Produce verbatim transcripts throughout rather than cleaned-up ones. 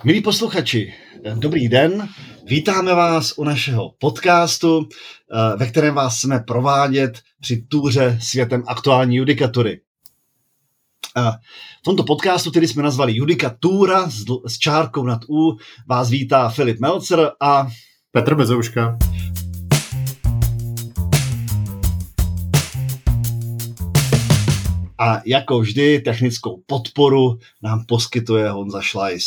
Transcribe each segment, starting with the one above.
Milí posluchači, dobrý den, vítáme vás u našeho podcastu, ve kterém vás chceme provádět při túře světem aktuální judikatury. V tomto podcastu, který jsme nazvali Judikatura s čárkou nad U, vás vítá Filip Melcer a Petr Bezouška. A jako vždy technickou podporu nám poskytuje Honza Šlajs.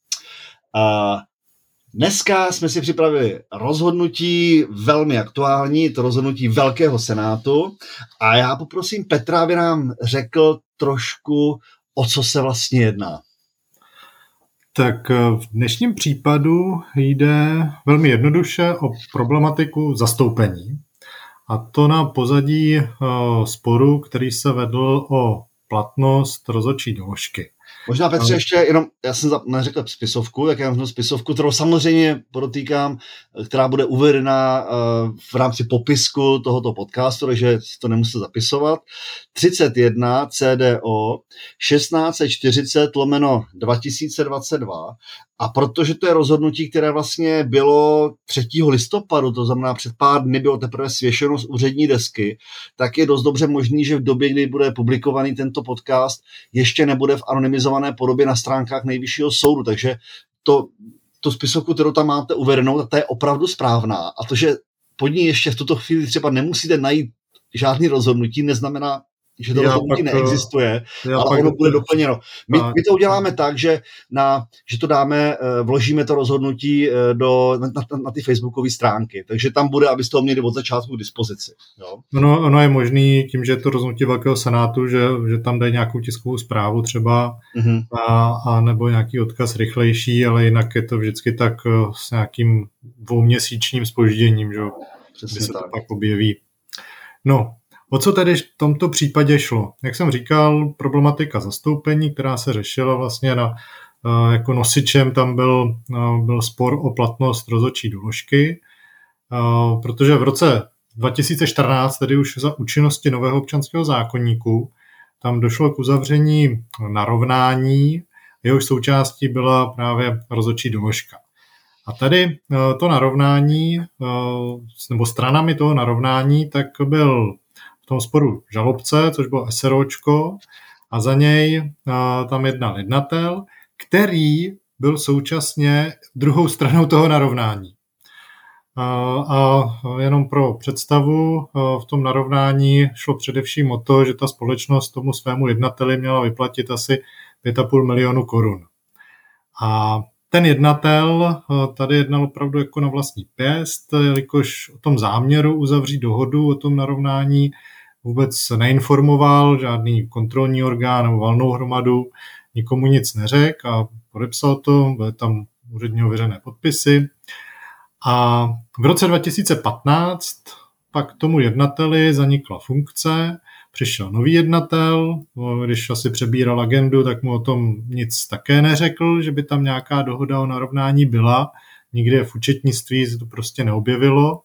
A dneska jsme si připravili rozhodnutí velmi aktuální, to rozhodnutí Velkého senátu, a já poprosím Petra, aby nám řekl trošku, o co se vlastně jedná. Tak v dnešním případu jde velmi jednoduše o problematiku zastoupení. A to na pozadí sporu, který se vedl o platnost rozhodčí doložky. Možná, Petře, ještě jenom, já jsem neřekl spisovku, tak já mám spisovku, kterou samozřejmě podotýkám, která bude uvedena v rámci popisku tohoto podcastu, takže si to nemusíte zapisovat. třicet jedna C D O šestnáct set čtyřicet lomeno dva tisíce dvacet dva, a protože to je rozhodnutí, které vlastně bylo třetího listopadu, to znamená před pár dny bylo teprve svěšeno z úřední desky, tak je dost dobře možný, že v době, kdy bude publikovaný tento podcast, ještě nebude v anonymizované podobě na stránkách Nejvyššího soudu, takže to, to spisovku, kterou tam máte uvedenou, ta je opravdu správná, a to, že pod ní ještě v tuto chvíli třeba nemusíte najít žádný rozhodnutí, neznamená, že to rozhodnutí neexistuje, ale ono bude doplněno. My, my to uděláme tak, že, na, že to dáme, vložíme to rozhodnutí do, na, na, na ty facebookové stránky, takže tam bude, abyste ho měli od začátku k dispozici. Jo? Ono, ono je možný tím, že je to rozhodnutí Velkého senátu, že, že tam dají nějakou tiskovou zprávu třeba, mm-hmm. a, a nebo nějaký odkaz rychlejší, ale jinak je to vždycky tak s nějakým dvouměsíčním zpožděním, že Přesně se tak. to pak objeví. No, o co tedy v tomto případě šlo? Jak jsem říkal, problematika zastoupení, která se řešila vlastně na, jako nosičem, tam byl, byl spor o platnost rozhodčí doložky, protože v roce dva tisíce čtrnáct, tedy už za účinnosti nového občanského zákoníku, tam došlo k uzavření narovnání, jehož součástí byla právě rozhodčí doložka. A tady to narovnání, nebo stranami toho narovnání, tak byl v tom sporu žalobce, což bylo SROčko, a za něj tam jednal jednatel, který byl současně druhou stranou toho narovnání. A jenom pro představu, v tom narovnání šlo především o to, že ta společnost tomu svému jednateli měla vyplatit asi pět a půl milionu korun. A ten jednatel tady jednal opravdu jako na vlastní pěst, jelikož o tom záměru uzavřít dohodu o tom narovnání vůbec neinformoval, žádný kontrolní orgán nebo valnou hromadu, nikomu nic neřekl a podepsal to, byly tam úředně ověřené podpisy. A v roce dva tisíce patnáct pak tomu jednateli zanikla funkce, přišel nový jednatel, když asi přebíral agendu, tak mu o tom nic také neřekl, že by tam nějaká dohoda o narovnání byla. Nikde v účetnictví se to prostě neobjevilo.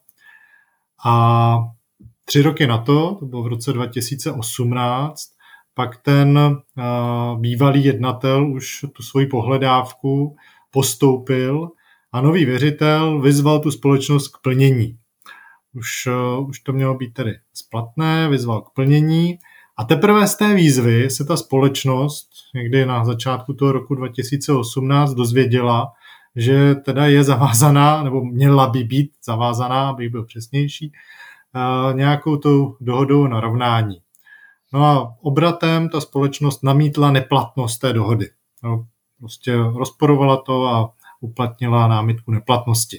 A tři roky na to, to bylo v roce dva tisíce osmnáct, pak ten uh, bývalý jednatel už tu svoji pohledávku postoupil a nový věřitel vyzval tu společnost k plnění. Už, uh, už to mělo být tedy splatné, vyzval k plnění a teprve z té výzvy se ta společnost někdy na začátku toho roku dva tisíce osmnáct dozvěděla, že teda je zavázaná, nebo měla by být zavázaná, abych byl přesnější, uh, nějakou tou dohodou o narovnání. No a obratem ta společnost namítla neplatnost té dohody. No, prostě rozporovala to a uplatnila námitku neplatnosti.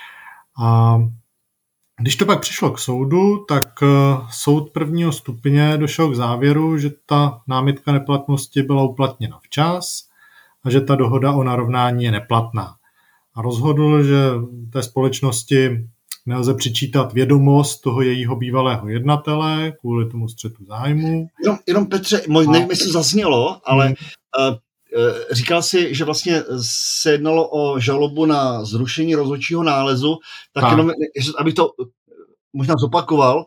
A když to pak přišlo k soudu, tak soud prvního stupně došel k závěru, že ta námitka neplatnosti byla uplatněna včas a že ta dohoda o narovnání je neplatná. A rozhodl, že té společnosti nelze přičítat vědomost toho jejího bývalého jednatele kvůli tomu střetu zájmu. Jenom, jenom Petře, možná nevím, jestli zaznělo, ale hmm. uh, uh, říkal jsi, že vlastně se jednalo o žalobu na zrušení rozhodčího nálezu, tak, tak. jenom, abych to možná zopakoval,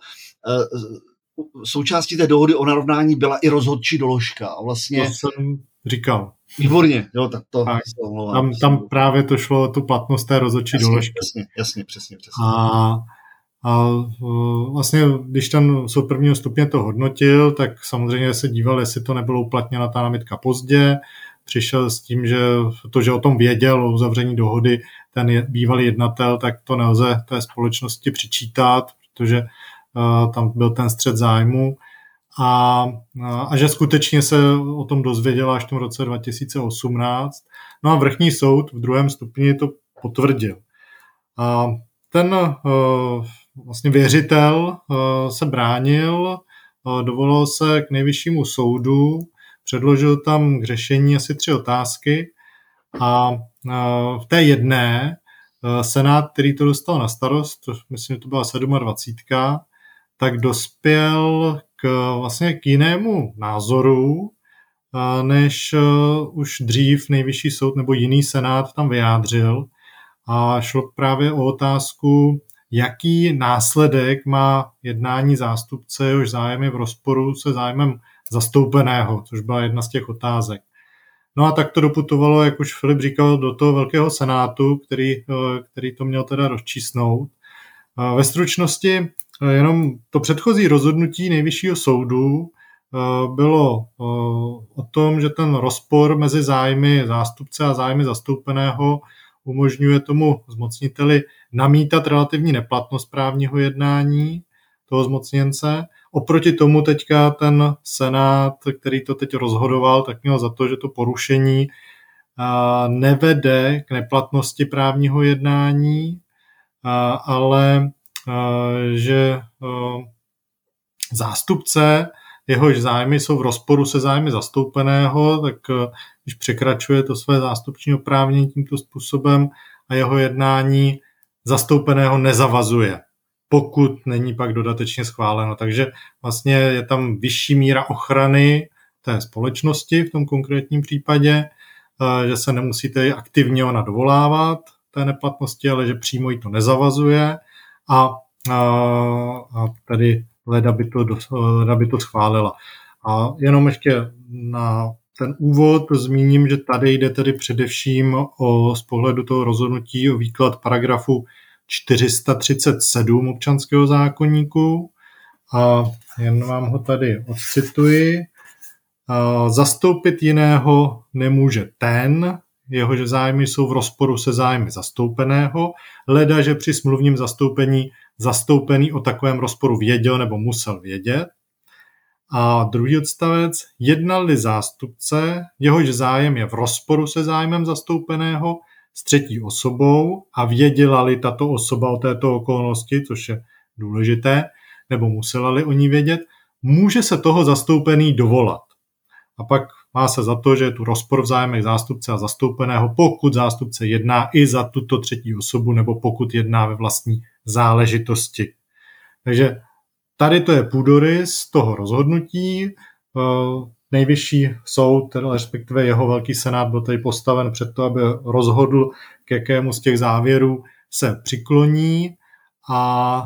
uh, součástí té dohody o narovnání byla i rozhodčí doložka. A vlastně, to jsem říkal. Výborně, jo, tak to Tak, se omlouvám. tam, tam právě to šlo o tu platnost té rozhodčí jasně, doložky. Jasně, jasně, přesně, přesně. A, a vlastně, když ten soud prvního stupně to hodnotil, tak samozřejmě se díval, jestli to nebylo uplatněna ta námitka pozdě. Přišel s tím, že to, že o tom věděl, o uzavření dohody, ten bývalý jednatel, tak to nelze té společnosti přičítat, protože uh, tam byl ten střet zájmu. A, a že skutečně se o tom dozvěděla až v tom roce dva tisíce osmnáct. No a vrchní soud v druhém stupni to potvrdil. A ten uh, vlastně věřitel uh, se bránil, uh, dovolal se k nejvyššímu soudu, předložil tam k řešení asi tři otázky a uh, v té jedné uh, senát, který to dostal na starost, myslím, že to byla dvacet sedm, tak dospěl k, vlastně k jinému názoru, uh, než uh, už dřív nejvyšší soud nebo jiný senát tam vyjádřil. A šlo právě o otázku, jaký následek má jednání zástupce, jehož zájem je v rozporu se zájmem zastoupeného, což byla jedna z těch otázek. No a tak to doputovalo, jak už Filip říkal, do toho velkého senátu, který, který to měl teda rozčísnout. Ve stručnosti jenom to předchozí rozhodnutí nejvyššího soudu bylo o tom, že ten rozpor mezi zájmy zástupce a zájmy zastoupeného umožňuje tomu zmocniteli namítat relativní neplatnost právního jednání toho zmocněnce. Oproti tomu teďka ten senát, který to teď rozhodoval, tak měl za to, že to porušení nevede k neplatnosti právního jednání, ale že zástupce, jehož zájmy jsou v rozporu se zájmy zastoupeného, tak když překračuje to své zástupční oprávnění tímto způsobem a jeho jednání zastoupeného nezavazuje, pokud není pak dodatečně schváleno. Takže vlastně je tam vyšší míra ochrany té společnosti v tom konkrétním případě, že se nemusíte aktivně ona dovolávat té neplatnosti, ale že přímo jí to nezavazuje a, a, a tady leda by, to, leda by to schválila. A jenom ještě na ten úvod zmíním, že tady jde tedy především o, z pohledu toho rozhodnutí o výklad paragrafu čtyři sta třicet sedm občanského zákoníku a jen vám ho tady odcituji. A zastoupit jiného nemůže ten, jehož zájmy jsou v rozporu se zájmy zastoupeného, leda, že při smluvním zastoupení zastoupený o takovém rozporu věděl nebo musel vědět. A druhý odstavec, jednal-li zástupce, jehož zájem je v rozporu se zájmem zastoupeného s třetí osobou a věděla-li tato osoba o této okolnosti, což je důležité, nebo musela-li o ní vědět, může se toho zastoupený dovolat. A pak má se za to, že je tu rozpor v zájmech zástupce a zastoupeného, pokud zástupce jedná i za tuto třetí osobu, nebo pokud jedná ve vlastní záležitosti. Takže tady to je půdorys toho rozhodnutí. Nejvyšší soud, respektive jeho velký senát, byl tady postaven před to, aby rozhodl, k jakému z těch závěrů se přikloní a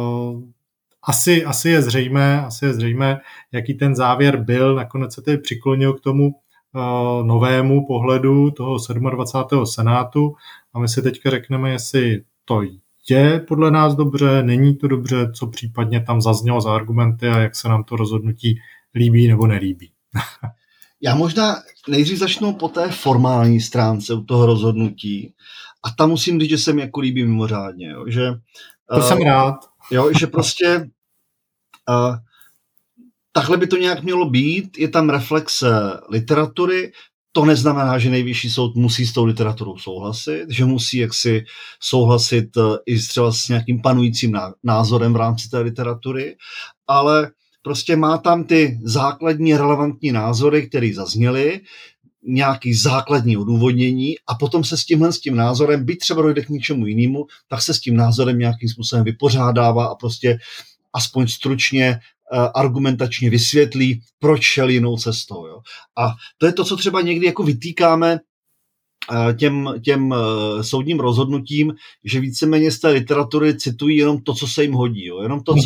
Asi, asi, je zřejmé, asi je zřejmé, jaký ten závěr byl. Nakonec se tedy přiklonil k tomu uh, novému pohledu toho dvacátého sedmého senátu a my si teďka řekneme, jestli to je podle nás dobře, není to dobře, co případně tam zaznělo za argumenty a jak se nám to rozhodnutí líbí nebo nelíbí. Já možná nejdřív začnu po té formální stránce u toho rozhodnutí a tam musím říct, že se mi jako líbí mimořádně. Jo, že, to uh, jsem rád. Jo, že prostě uh, takhle by to nějak mělo být, je tam reflexe literatury, to neznamená, že nejvyšší soud musí s tou literaturou souhlasit, že musí jaksi souhlasit uh, i třeba s nějakým panujícím názorem v rámci té literatury, ale prostě má tam ty základní relevantní názory, které zazněly, nějaký základní odůvodnění a potom se s tímhle s tím názorem, byť třeba dojde k něčemu jinému, tak se s tím názorem nějakým způsobem vypořádává a prostě aspoň stručně argumentačně vysvětlí, proč šel jinou cestou. Jo. A to je to, co třeba někdy jako vytýkáme těm, těm soudním rozhodnutím, že víceméně z té literatury citují jenom to, co se jim hodí. Jo. Jenom to, co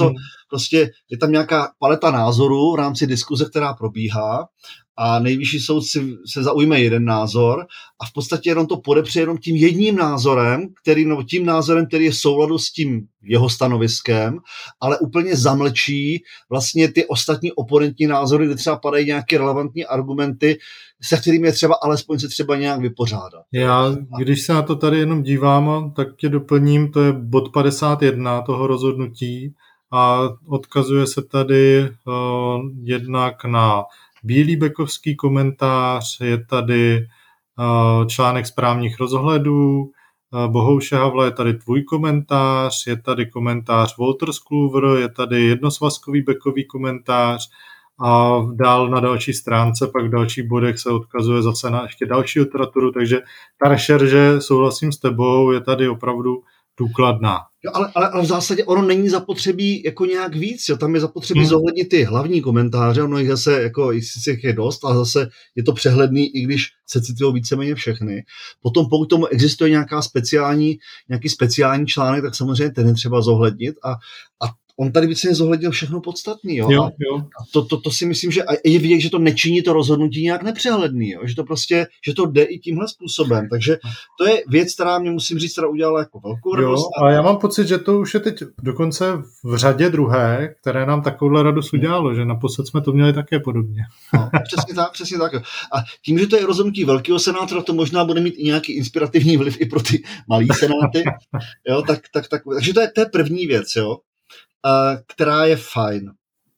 prostě je tam nějaká paleta názorů v rámci diskuze, která probíhá a nejvyšší soud si se zaujme jeden názor a v podstatě jenom to podepře jenom tím jedním názorem, který, no, tím názorem, který je v souladu s tím jeho stanoviskem, ale úplně zamlčí vlastně ty ostatní oponentní názory, kde třeba padají nějaké relevantní argumenty, se kterými je třeba alespoň se třeba nějak vypořádat. Já, když se na to tady jenom dívám, tak tě doplním, to je bod padesát jedna toho rozhodnutí a odkazuje se tady uh, jednak na Bílý-Bekovský komentář, je tady uh, článek správních rozhledů, uh, Bohouše Havla, je tady tvůj komentář, je tady komentář Wolters Kluwer, je tady jednosvazkový bekový komentář a dál na další stránce, pak v dalších bodech se odkazuje zase na ještě další literaturu, takže ta rešerže, souhlasím s tebou, je tady opravdu důkladná. Jo, ale, ale, ale v zásadě ono není zapotřebí jako nějak víc, jo. Tam je zapotřebí hmm. zohlednit ty hlavní komentáře, ono jich zase jako, jich je dost, ale zase je to přehledný, i když se citují víceméně všechny. Potom pokud tomu existuje nějaká speciální, nějaký speciální článek, tak samozřejmě ten je třeba zohlednit a, a on tady více zohlednil všechno podstatný. Jo? Jo, jo. A to, to, to si myslím, že je vidět, že to nečiní to rozhodnutí nějak nepřehledný, jo? Že to prostě, že to jde i tímhle způsobem. Takže to je věc, která mě, musím říct, která udělala jako velkou radost. Jo, ale já mám pocit, že to už je teď dokonce v řadě druhé, které nám takovouhle radost udělalo, že naposled jsme to měli také podobně. No, přesně tak, přesně tak. A tím, že to je rozhodnutí velkého senátora, to možná bude mít i nějaký inspirativní vliv i pro ty malý senáty. Jo, tak, tak, tak, takže to je, to je první věc, jo. Která je fajn.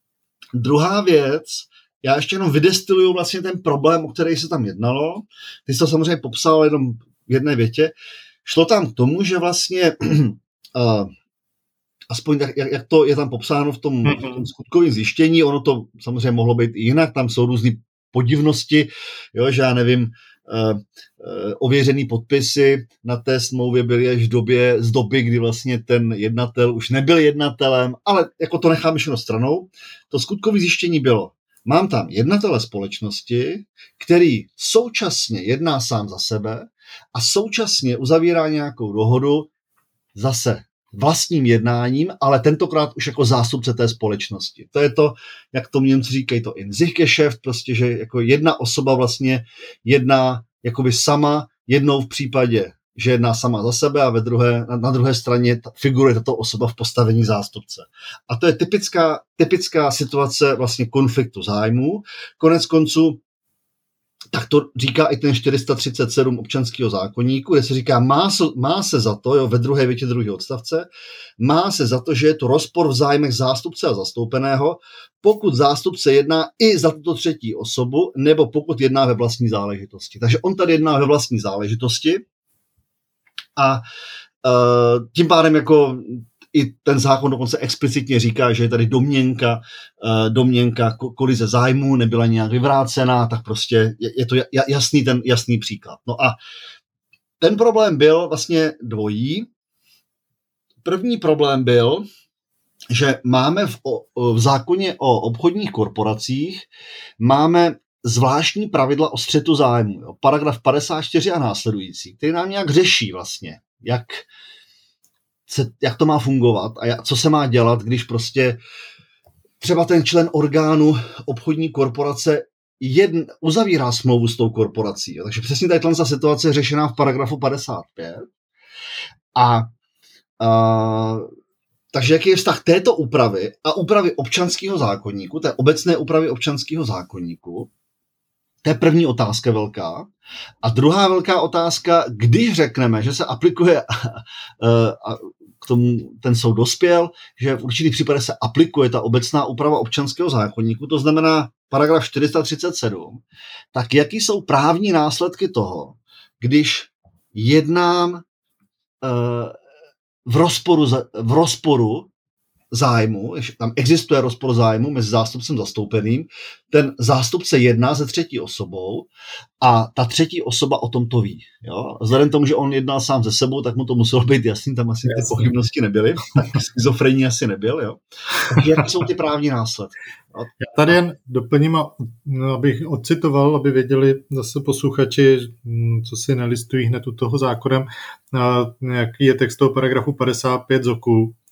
Druhá věc, já ještě jenom vydestiluju vlastně ten problém, o který se tam jednalo. Ty jsi to samozřejmě popsal jenom v jedné větě. Šlo tam k tomu, že vlastně uh, aspoň jak, jak to je tam popsáno v tom, v tom skutkovém zjištění, ono to samozřejmě mohlo být i jinak, tam jsou různé podivnosti, jo, že já nevím, Uh, uh, ověřený podpisy na té smlouvě byly až v době, z doby, kdy vlastně ten jednatel už nebyl jednatelem, ale jako to nechám všechno stranou. To skutkové zjištění bylo, mám tam jednatele společnosti, který současně jedná sám za sebe a současně uzavírá nějakou dohodu zase vlastním jednáním, ale tentokrát už jako zástupce té společnosti. To je to, jak to Němci říkají, to in sich Geschäft, prostě, že jako jedna osoba vlastně jedná jakoby sama, jednou v případě, že jedná sama za sebe a ve druhé, na, na druhé straně figuruje tato osoba v postavení zástupce. A to je typická, typická situace vlastně konfliktu zájmů. Konec konců tak to říká i ten čtyři sta třicet sedm občanského zákoníku, kde se říká, má se, má se za to, jo, ve druhé větě druhého odstavce, má se za to, že je to rozpor v zájmech zástupce a zastoupeného, pokud zástupce jedná i za tuto třetí osobu, nebo pokud jedná ve vlastní záležitosti. Takže on tady jedná ve vlastní záležitosti a uh, tím pádem jako i ten zákon dokonce explicitně říká, že je tady domněnka, domněnka kolize zájmu, nebyla nějak vyvrácená, tak prostě je to jasný ten jasný příklad. No a ten problém byl vlastně dvojí. První problém byl, že máme v, v zákoně o obchodních korporacích máme zvláštní pravidla o střetu zájmu. Jo. Paragraf padesát čtyři a následující, který nám nějak řeší vlastně, jak Se, jak to má fungovat a co se má dělat, když prostě třeba ten člen orgánu obchodní korporace jedn, uzavírá smlouvu s tou korporací. Jo. Takže přesně tato situace je řešená v paragrafu padesát pět. A, a takže jaký je vztah této úpravy a úpravy občanského zákoníku, té obecné úpravy občanského zákoníku? To je první otázka velká. A druhá velká otázka, když řekneme, že se aplikuje, a k tomu ten soud dospěl, že v určitých případech se aplikuje ta obecná úprava občanského zákoníku, to znamená paragraf čtyři sta třicet sedm, tak jaký jsou právní následky toho, když jednám v rozporu, v rozporu zájmu, tam existuje rozpor zájmu mezi zástupcem zastoupeným, ten zástupce jedná se třetí osobou a ta třetí osoba o tom to ví. Jo? Vzhledem k tomu, že on jednal sám se sebou, tak mu to muselo být jasný, tam asi ty pochybnosti nebyly, tak schizofrení asi nebyl. Jo? Takže jaké jsou ty právní následky? Jo? Já tady jen doplním, abych odcitoval, aby věděli zase posluchači, co si nelistují hned u toho zákonem, jaký je text toho paragrafu padesát pět Z O K U.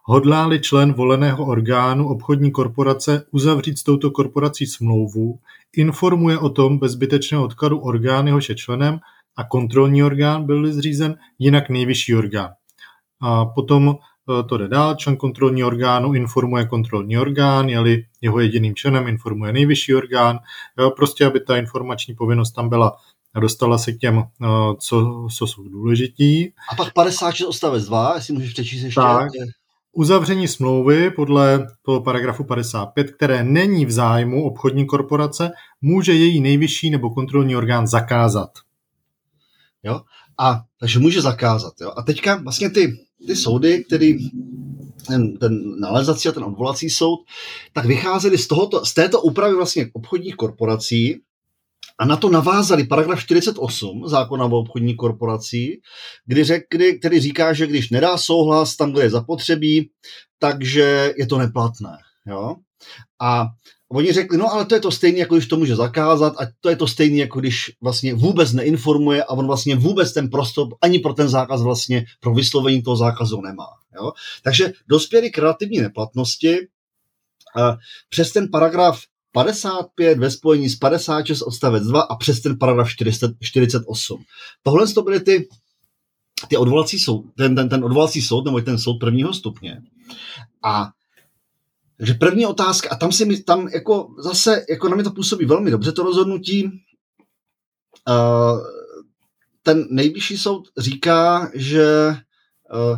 hodlá-li člen voleného orgánu obchodní korporace uzavřít s touto korporací smlouvu, informuje o tom bez zbytečného odkladu orgán, jehož je členem, a kontrolní orgán byl-li zřízen, jinak nejvyšší orgán. A potom to jde dál, člen kontrolního orgánu informuje kontrolní orgán, je-li jeho jediným členem, informuje nejvyšší orgán, jo, prostě aby ta informační povinnost tam byla a dostala se k těm, co, co jsou důležití. A pak padesát šest odstavec dva, jestli můžeš přečíst ještě. Tak, uzavření smlouvy podle toho paragrafu padesát pět, které není v zájmu obchodní korporace, může její nejvyšší nebo kontrolní orgán zakázat. Jo? A takže může zakázat. Jo? A teďka vlastně ty, ty soudy, který ten, ten nalezací a ten odvolací soud, tak vycházeli z, tohoto, z této úpravy vlastně obchodních korporací a na to navázali paragraf čtyřicet osm zákona o obchodní korporací, kdy řek, kdy, který říká, že když nedá souhlas tam, kde je zapotřebí, takže je to neplatné. Jo? A oni řekli, no ale to je to stejné, jako když to může zakázat, a to je to stejné, jako když vlastně vůbec neinformuje a on vlastně vůbec ten prostor ani pro ten zákaz vlastně pro vyslovení toho zákazu nemá. Jo? Takže dospěli k relativní neplatnosti a přes ten paragraf padesát pět ve spojení s padesát šest odstavec dva a přes ten paragraf čtyřicet osm. Tohle to byly ty, ty odvolací soud, ten, ten, ten odvolací soud, nebo ten soud prvního stupně. A takže první otázka, a tam si mi, tam jako zase, jako na mě to působí velmi dobře, to rozhodnutí. Uh, ten nejvyšší soud říká, že uh,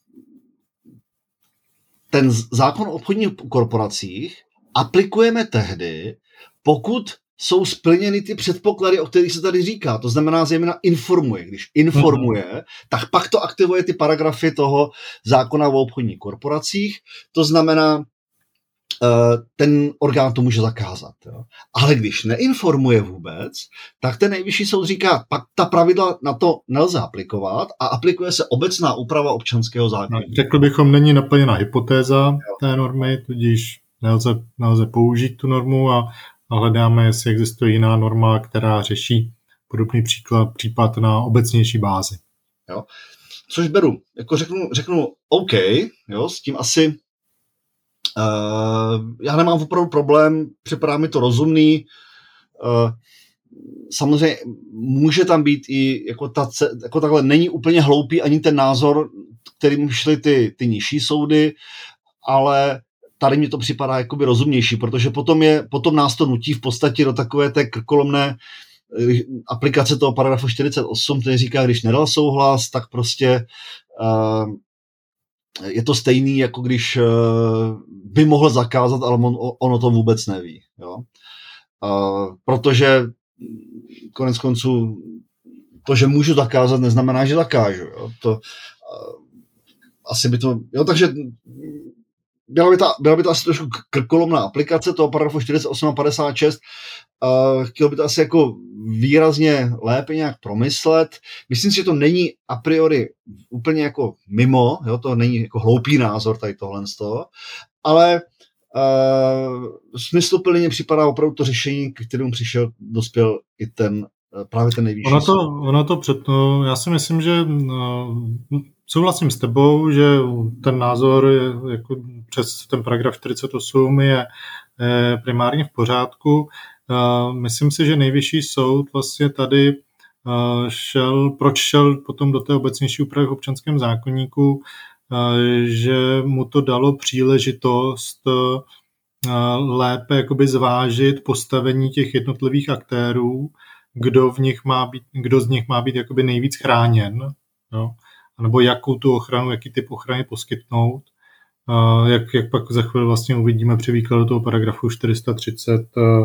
ten zákon o obchodních korporacích aplikujeme tehdy, pokud jsou splněny ty předpoklady, o kterých se tady říká. To znamená zejména informuje. Když informuje, mm. tak pak to aktivuje ty paragrafy toho zákona o obchodních korporacích. To znamená, ten orgán to může zakázat. Jo. Ale když neinformuje vůbec, tak ten nejvyšší soud říká, pak ta pravidla na to nelze aplikovat a aplikuje se obecná úprava občanského zákona. No, řekl bychom, není naplněna hypotéza jo. té normy, tudíž nelze, nelze použít tu normu a, a hledáme, jestli existuje jiná norma, která řeší podobný příklad, případ na obecnější bázi. Jo. Což beru, jako řeknu, řeknu OK, jo, s tím asi Uh, já nemám opravdu problém, připadá mi to rozumný. Uh, samozřejmě může tam být i jako, ta, jako takhle, není úplně hloupý ani ten názor, kterým šly ty, ty nižší soudy, ale tady mi to připadá jakoby rozumnější, protože potom, je, potom nás to nutí v podstatě do takové té krkolomné aplikace toho paragrafu čtyřicet osm, který říká, když nedal souhlas, tak prostě uh, je to stejný, jako když uh, by mohl zakázat, ale on, on o tom vůbec neví. Jo? Uh, protože konec konců to, že můžu zakázat, neznamená, že zakážu. Jo? To, uh, asi by to... Jo, takže byla by, ta, byla by to asi trošku krkolomná aplikace toho paragrafu čtyřicet osm a padesát šest. Uh, chtěl by to asi jako výrazně lépe nějak promyslet. Myslím si, že to není a priori úplně jako mimo, jo, to není jako hloupý názor tady tohle z toho, ale uh, smysluplně připadá opravdu to řešení, k kterému přišel, dospěl i ten právě ten nejvyšší. Ono to, ono to před, no, já si myslím, že no, souhlasím s tebou, že ten názor je, jako přes ten paragraf čtyřicet osm je, je primárně v pořádku. Uh, myslím si, že nejvyšší soud vlastně tady uh, šel, proč šel potom do té obecnější úpravy v občanském zákoníku, uh, že mu to dalo příležitost uh, lépe jakoby zvážit postavení těch jednotlivých aktérů, kdo, v nich má být, kdo z nich má být jakoby nejvíc chráněn, jo? Nebo jakou tu ochranu, jaký typ ochrany poskytnout. Uh, jak, jak pak za chvíli vlastně uvidíme při výkladu toho paragrafu čtyři sta třicet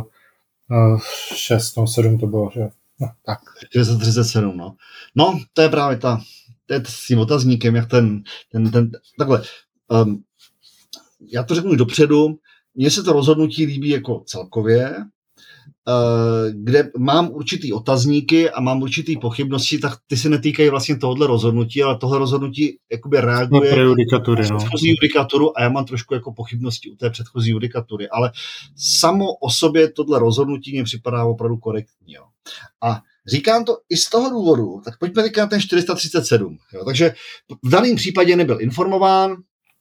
šest, no sedm to bylo, že? No, tak. čtyři sta třicet sedm, no. No, to je právě ta, to je s tím otazníkem, jak ten, ten, ten takhle, um, já to řeknu dopředu, mně se to rozhodnutí líbí jako celkově, kde mám určitý otazníky a mám určitý pochybnosti, tak ty se netýkají vlastně tohohle rozhodnutí, ale tohle rozhodnutí jakoby reaguje na judikatury, no. předchozí judikaturu a já mám trošku jako pochybnosti u té předchozí judikatury, ale samo o sobě tohle rozhodnutí mě připadá opravdu korektní. Jo. A říkám to i z toho důvodu, tak pojďme teďka na ten čtyři sta třicet sedm. Jo. Takže v daném případě nebyl informován,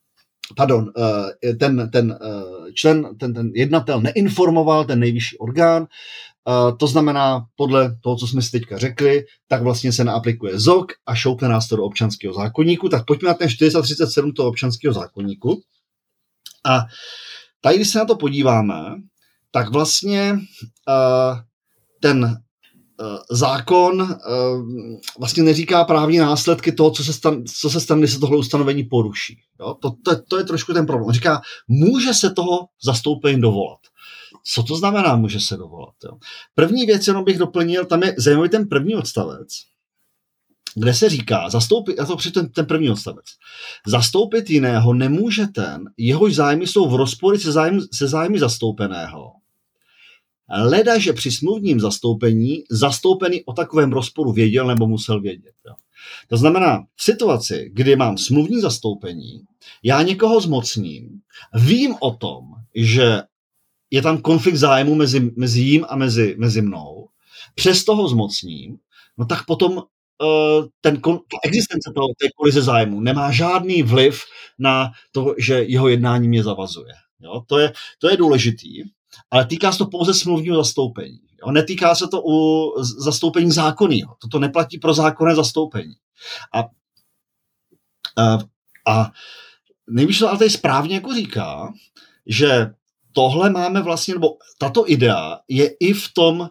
pardon, ten, ten člen, ten, ten jednatel neinformoval ten nejvyšší orgán, to znamená, podle toho, co jsme si teďka řekli, tak vlastně se neaplikuje Z O K a šoupne nás to do občanského zákoníku. Tak pojďme na ten čtyři sta třicet sedm toho občanského zákoníku. A tady, když se na to podíváme, tak vlastně ten zákon vlastně neříká právní následky toho, co se stane, co se stane, když se tohle ustanovení poruší. Jo? To, to, to je trošku ten problém. On říká, může se toho zastoupení dovolat. Co to znamená, může se dovolat? Jo? První věc, jenom bych doplnil, tam je zajímavý ten první odstavec, kde se říká, zastoupit, a to při ten, ten první odstavec, zastoupit jiného nemůže ten, jehož zájmy jsou v rozporu se zájmy, se zájmy zastoupeného, leda, že při smluvním zastoupení zastoupený o takovém rozporu věděl nebo musel vědět. Jo. To znamená, v situaci, kdy mám smluvní zastoupení, já někoho zmocním, vím o tom, že je tam konflikt zájmu mezi, mezi jím a mezi, mezi mnou, přes toho zmocním, no tak potom uh, ten, ta existence toho, té kolize zájmu nemá žádný vliv na to, že jeho jednání mě zavazuje. Jo. To je, to je důležitý. Ale týká se to pouze smluvního zastoupení. Jo? Netýká se to u zastoupení zákonného. Toto neplatí pro zákonné zastoupení. A, a, a nejvyšší ale tady správně jako říká, že tohle máme vlastně, nebo tato idea je i v tom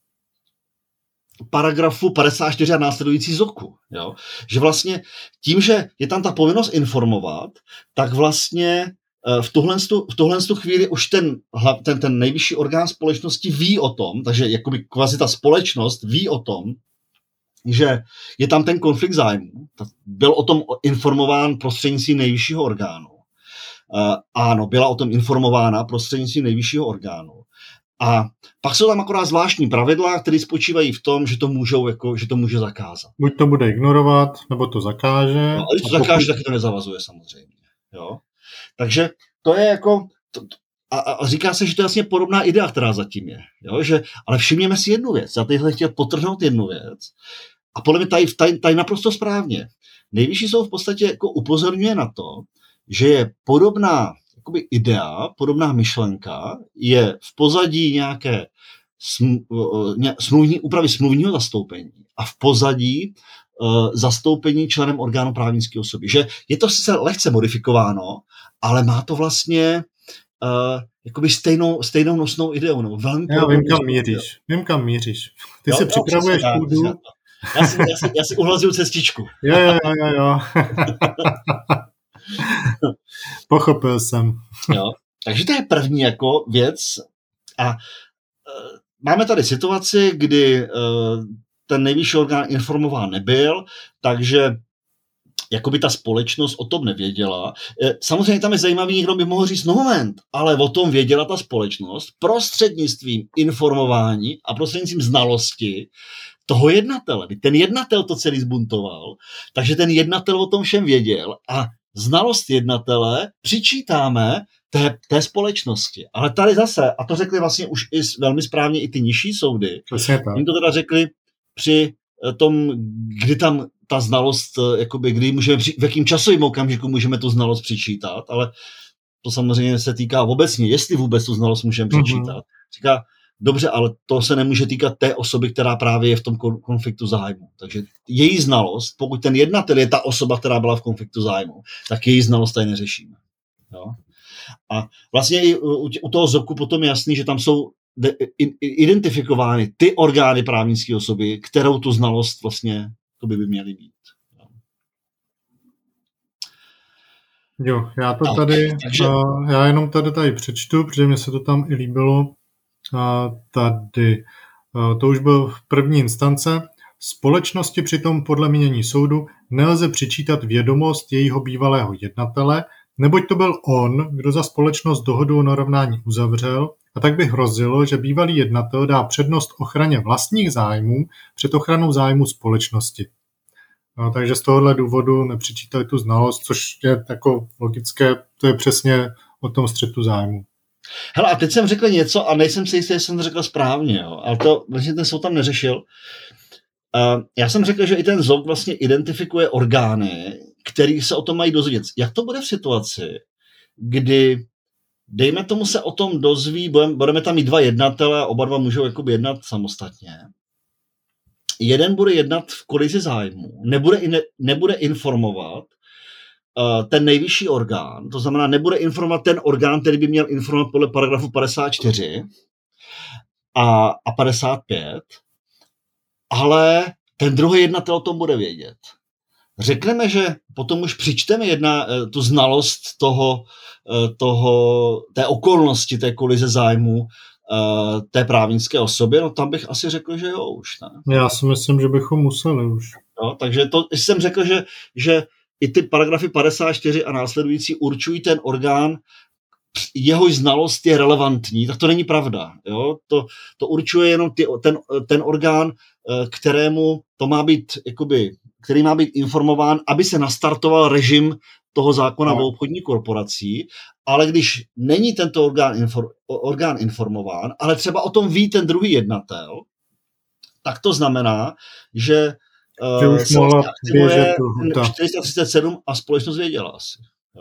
paragrafu padesát čtyři a následující Z O K u. Jo? Že vlastně tím, že je tam ta povinnost informovat, tak vlastně v tuhle, v tuhle chvíli už ten, ten, ten nejvyšší orgán společnosti ví o tom, takže jakoby kvazi ta společnost ví o tom, že je tam ten konflikt zájmů. Byl o tom informován prostřednictvím nejvyššího orgánu. Uh, ano, byla o tom informována prostřednictvím nejvyššího orgánu. A pak jsou tam akorát zvláštní pravidla, které spočívají v tom, že to, můžou, jako, že to může zakázat. Buď to bude ignorovat, nebo to zakáže. No, a když to zakáže, pokud... taky to nezavazuje samozřejmě. Jo? Takže to je jako, to, a, a říká se, že to je vlastně podobná idea, která zatím je. Jo? Že, ale všimněme si jednu věc. Já tady chtěl podtrhnout jednu věc. A podle mě tady, tady, tady naprosto správně. Nejvyšší soud v podstatě jako upozorňuje na to, že je podobná jakoby idea, podobná myšlenka, je v pozadí nějaké smluvní, úpravy smluvního zastoupení a v pozadí uh, zastoupení členem orgánu právnické osoby. Že je to sice lehce modifikováno, ale má to vlastně uh, jakoby stejnou, stejnou nosnou ideu. No, velmi Já vím, kam míříš. Vím, kam míříš. Ty jo, si jo, připravuješ půdu. Já si, já, si, já si uhlazuju cestičku. Jo, jo, jo, jo, jo. Pochopil jsem. Jo, takže to je první jako věc. A uh, máme tady situaci, kdy uh, ten nejvyšší orgán informován nebyl, takže jakoby ta společnost o tom nevěděla. Samozřejmě tam je zajímavý, někdo by mohl říct, no moment, ale o tom věděla ta společnost prostřednictvím informování a prostřednictvím znalosti toho jednatele. Ten jednatel to celý zbuntoval, takže ten jednatel o tom všem věděl a znalost jednatele přičítáme té, té společnosti. Ale tady zase, a to řekli vlastně už i velmi správně i ty nižší soudy, jim to teda řekli při tom, kdy tam ta znalost, jakoby, kdy můžeme, v jakým časovým okamžiku můžeme tu znalost přičítat, ale to samozřejmě se týká obecně, jestli vůbec tu znalost můžeme přičítat. Mm-hmm. Říká, dobře, ale to se nemůže týkat té osoby, která právě je v tom konfliktu zájmu. Takže její znalost, pokud ten jednatel je ta osoba, která byla v konfliktu zájmu, tak její znalost tady neřešíme. Jo? A vlastně i u, u toho Z O K u potom je jasný, že tam jsou de, identifikovány ty orgány právnické osoby, kterou tu znalost vlastně to by, by měly být. Jo, jo já to tady, takže... já jenom tady tady přečtu, protože mně se to tam i líbilo. A tady, to už byl v první instance. Společnosti přitom podle mínění soudu nelze přičítat vědomost jejího bývalého jednatele, neboť to byl on, kdo za společnost dohodu o narovnání uzavřel, a tak by hrozilo, že bývalý jednatel dá přednost ochraně vlastních zájmů před ochranou zájmu společnosti. No, takže z tohohle důvodu nepřičítali tu znalost, což je jako logické, to je přesně o tom střetu zájmu. Hele, a teď jsem řekl něco a nejsem si jistý, jestli jsem to řekl správně, jo? Ale to vlastně ten soud tam neřešil. Uh, já jsem řekl, že i ten Z O K vlastně identifikuje orgány, který se o tom mají dozvědět. Jak to bude v situaci, kdy dejme tomu se o tom dozví, budeme, budeme tam mít dva jednatele, oba dva můžou jakoby jednat samostatně. Jeden bude jednat v kolizi zájmu, nebude, in, nebude informovat uh, ten nejvyšší orgán, to znamená, nebude informovat ten orgán, který by měl informovat podle paragrafu padesát čtyři a, a padesát pět, ale ten druhý jednatel o tom bude vědět. Řekneme, že potom už přičteme jedna, tu znalost toho, toho, té okolnosti, té kolize zájmu té právnické osoby, no tam bych asi řekl, že jo, už ne. Já si myslím, že bychom museli už. No, takže to jsem řekl, že, že i ty paragrafy padesát čtyři a následující určují ten orgán, jehož znalost je relevantní, tak to není pravda. Jo? To, to určuje jenom ty, ten, ten orgán, kterému to má být, jakoby, který má být informován, aby se nastartoval režim toho zákona no. o obchodní korporací, ale když není tento orgán, infor, orgán informován, ale třeba o tom ví ten druhý jednatel, tak to znamená, že, že uh, už mohla běžet čtyři sta třicet sedm a společnost věděla asi. Jo.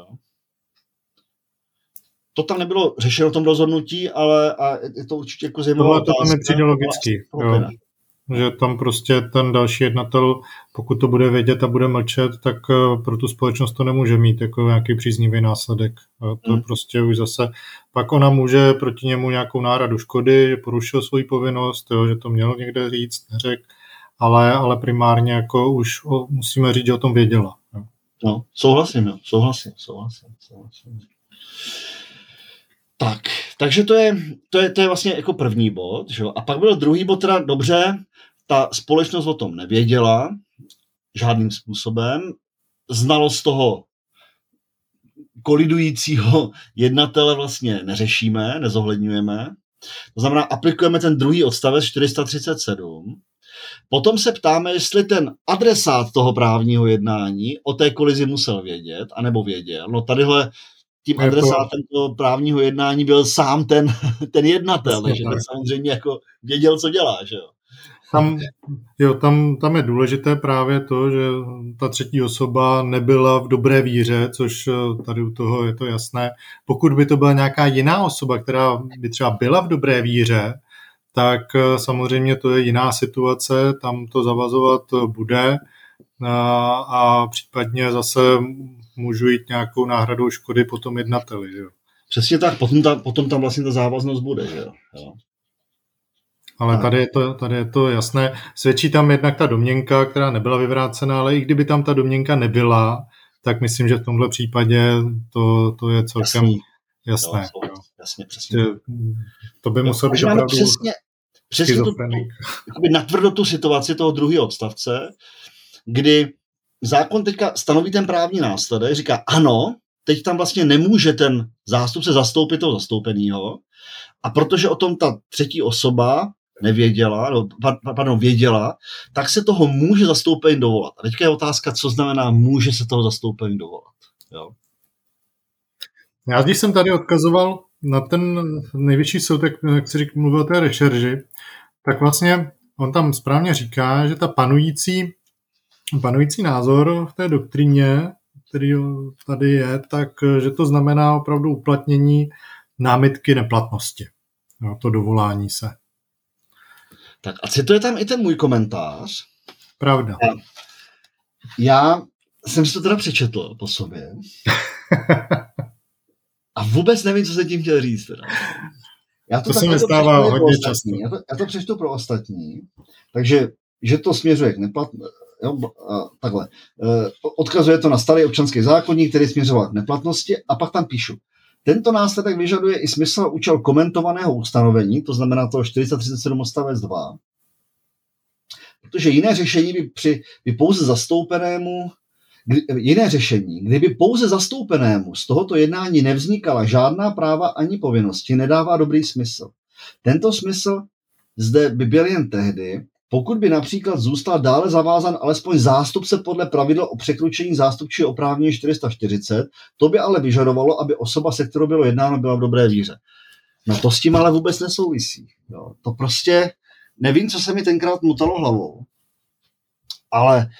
To tam nebylo řešeno v tom rozhodnutí, ale a je to určitě jako zajímavá otázka. To tam nepřijde logicky. Že tam prostě ten další jednatel, pokud to bude vědět a bude mlčet, tak pro tu společnost to nemůže mít jako nějaký příznivý následek. To hmm. prostě už zase, pak ona může proti němu nějakou náhradu škody, že porušil svoji povinnost, jo, že to měl někde říct, neřek, ale, ale primárně jako už o, musíme říct, že o tom věděla. Jo. No, souhlasím, jo, souhlasím, souhlasím, souhlasím. Tak, takže to je, to je, to je vlastně jako první bod, že jo? A pak byl druhý bod, teda dobře, ta společnost o tom nevěděla žádným způsobem, znalost toho kolidujícího jednatele vlastně neřešíme, nezohledňujeme, to znamená, aplikujeme ten druhý odstavec čtyři sta třicet sedm, potom se ptáme, jestli ten adresát toho právního jednání o té kolizi musel vědět, anebo věděl, no tadyhle tím adresátem toho právního jednání byl sám ten, ten jednatel, takže ten samozřejmě jako věděl, co dělá, že jo. Tam, jo, tam, tam je důležité právě to, že ta třetí osoba nebyla v dobré víře, což tady u toho je to jasné. Pokud by to byla nějaká jiná osoba, která by třeba byla v dobré víře, tak samozřejmě to je jiná situace, tam to zavazovat bude a, a případně zase můžu jít nějakou náhradou škody potom jednateli. Jo. Přesně tak, potom, ta, potom tam vlastně ta závaznost bude. Že jo? Jo. Ale tady je, to, tady je to jasné. Svědčí tam jednak ta domněnka, která nebyla vyvrácena, ale i kdyby tam ta domněnka nebyla, tak myslím, že v tomhle případě to, to je celkem Jasný. jasné. Jo, jo. Jasně, přesně. To by muselo být opravdu přesně, přesně tu, tu, natvrdo tu situaci toho druhého odstavce, kdy zákon teďka stanoví ten právní následek, říká ano, teď tam vlastně nemůže ten zástupce zastoupit toho zastoupenýho a protože o tom ta třetí osoba nevěděla, no, pardon, věděla, tak se toho může zastoupení dovolat. A teďka je otázka, co znamená může se toho zastoupení dovolat. Jo? Já když jsem tady odkazoval na ten nejvyšší soud, jak si říkal, mluvil o té rešerži, tak vlastně on tam správně říká, že ta panující Panující názor v té doktríně, který tady je, tak že to znamená opravdu uplatnění námitky neplatnosti. No, to dovolání se. Tak a cituje tam i ten můj komentář. Pravda. A já jsem si to teda přečetl po sobě. A vůbec nevím, co se tím chtěl říct. Teda. Já to, to se mi stává hodně často. Já to, já to přečtu pro ostatní. Takže, že to směřuje k neplatnosti. Jo, takhle. Odkazuje to na starý občanský zákoník, který směřoval k neplatnosti a pak tam píšu. Tento následek vyžaduje i smysl a účel komentovaného ustanovení, to znamená toho čtyři sta třicet sedm odstavec dva, protože jiné řešení by, při, by pouze zastoupenému kdy, jiné řešení, kdyby pouze zastoupenému z tohoto jednání nevznikala žádná práva ani povinnosti, nedává dobrý smysl. Tento smysl zde by byl jen tehdy, pokud by například zůstal dále zavázan alespoň zástupce podle pravidla o překročení zástupčího oprávnění čtyři sta čtyřicet, to by ale vyžadovalo, aby osoba, se kterou bylo jednáno, byla v dobré víře. No to s tím ale vůbec nesouvisí. Jo. To prostě, nevím, co se mi tenkrát mutalo hlavou, ale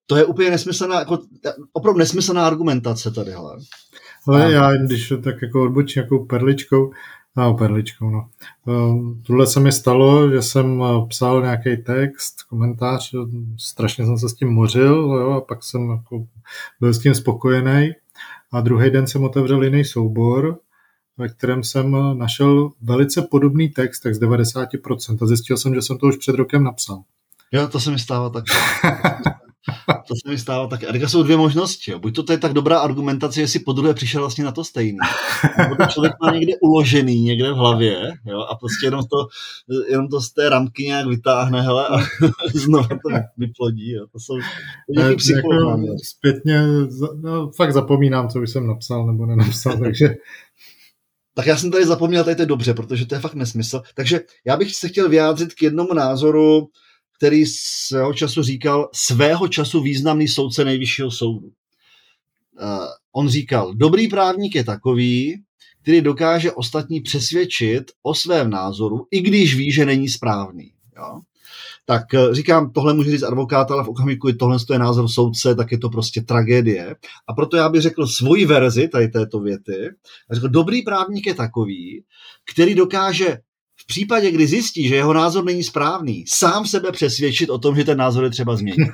to je úplně nesmyslná, jako, opravdu nesmyslná argumentace tadyhle. Ale a... já, když tak jako odbočím nějakou perličkou, no, perličkou, no. Tohle se mi stalo, že jsem psal nějaký text, komentář, strašně jsem se s tím mořil, jo, a pak jsem jako byl s tím spokojený. A druhý den jsem otevřel jiný soubor, ve kterém jsem našel velice podobný text, tak z devadesát procent. A zjistil jsem, že jsem to už před rokem napsal. Jo, to se mi stává taky. To se mi stává taky. A teďka jsou dvě možnosti. Jo. Buď to je tak dobrá argumentace, že si podruhé přišel vlastně na to stejný. Nebo to člověk má někde uložený, někde v hlavě, jo, a prostě jenom to, jenom to z té ramky nějak vytáhne, hele, a znovu to vyplodí. Jo. To jsou nějaký psychologové. Jako zpětně, no, fakt zapomínám, co už jsem napsal nebo nenapsal, takže... Tak já jsem tady zapomněl, tady to je dobře, protože to je fakt nesmysl. Takže já bych se chtěl vyjádřit k jednomu názoru, který svého času říkal, svého času významný soudce Nejvyššího soudu. Uh, on říkal, dobrý právník je takový, který dokáže ostatní přesvědčit o svém názoru, i když ví, že není správný. Jo? Tak uh, říkám, tohle může říct advokát, ale v okamžiku, kdy tohle je názor soudce, tak je to prostě tragédie. A proto já bych řekl svoji verzi tady této věty. A řekl, dobrý právník je takový, který dokáže v případě, kdy zjistí, že jeho názor není správný, sám sebe přesvědčit o tom, že ten názor je třeba změnit.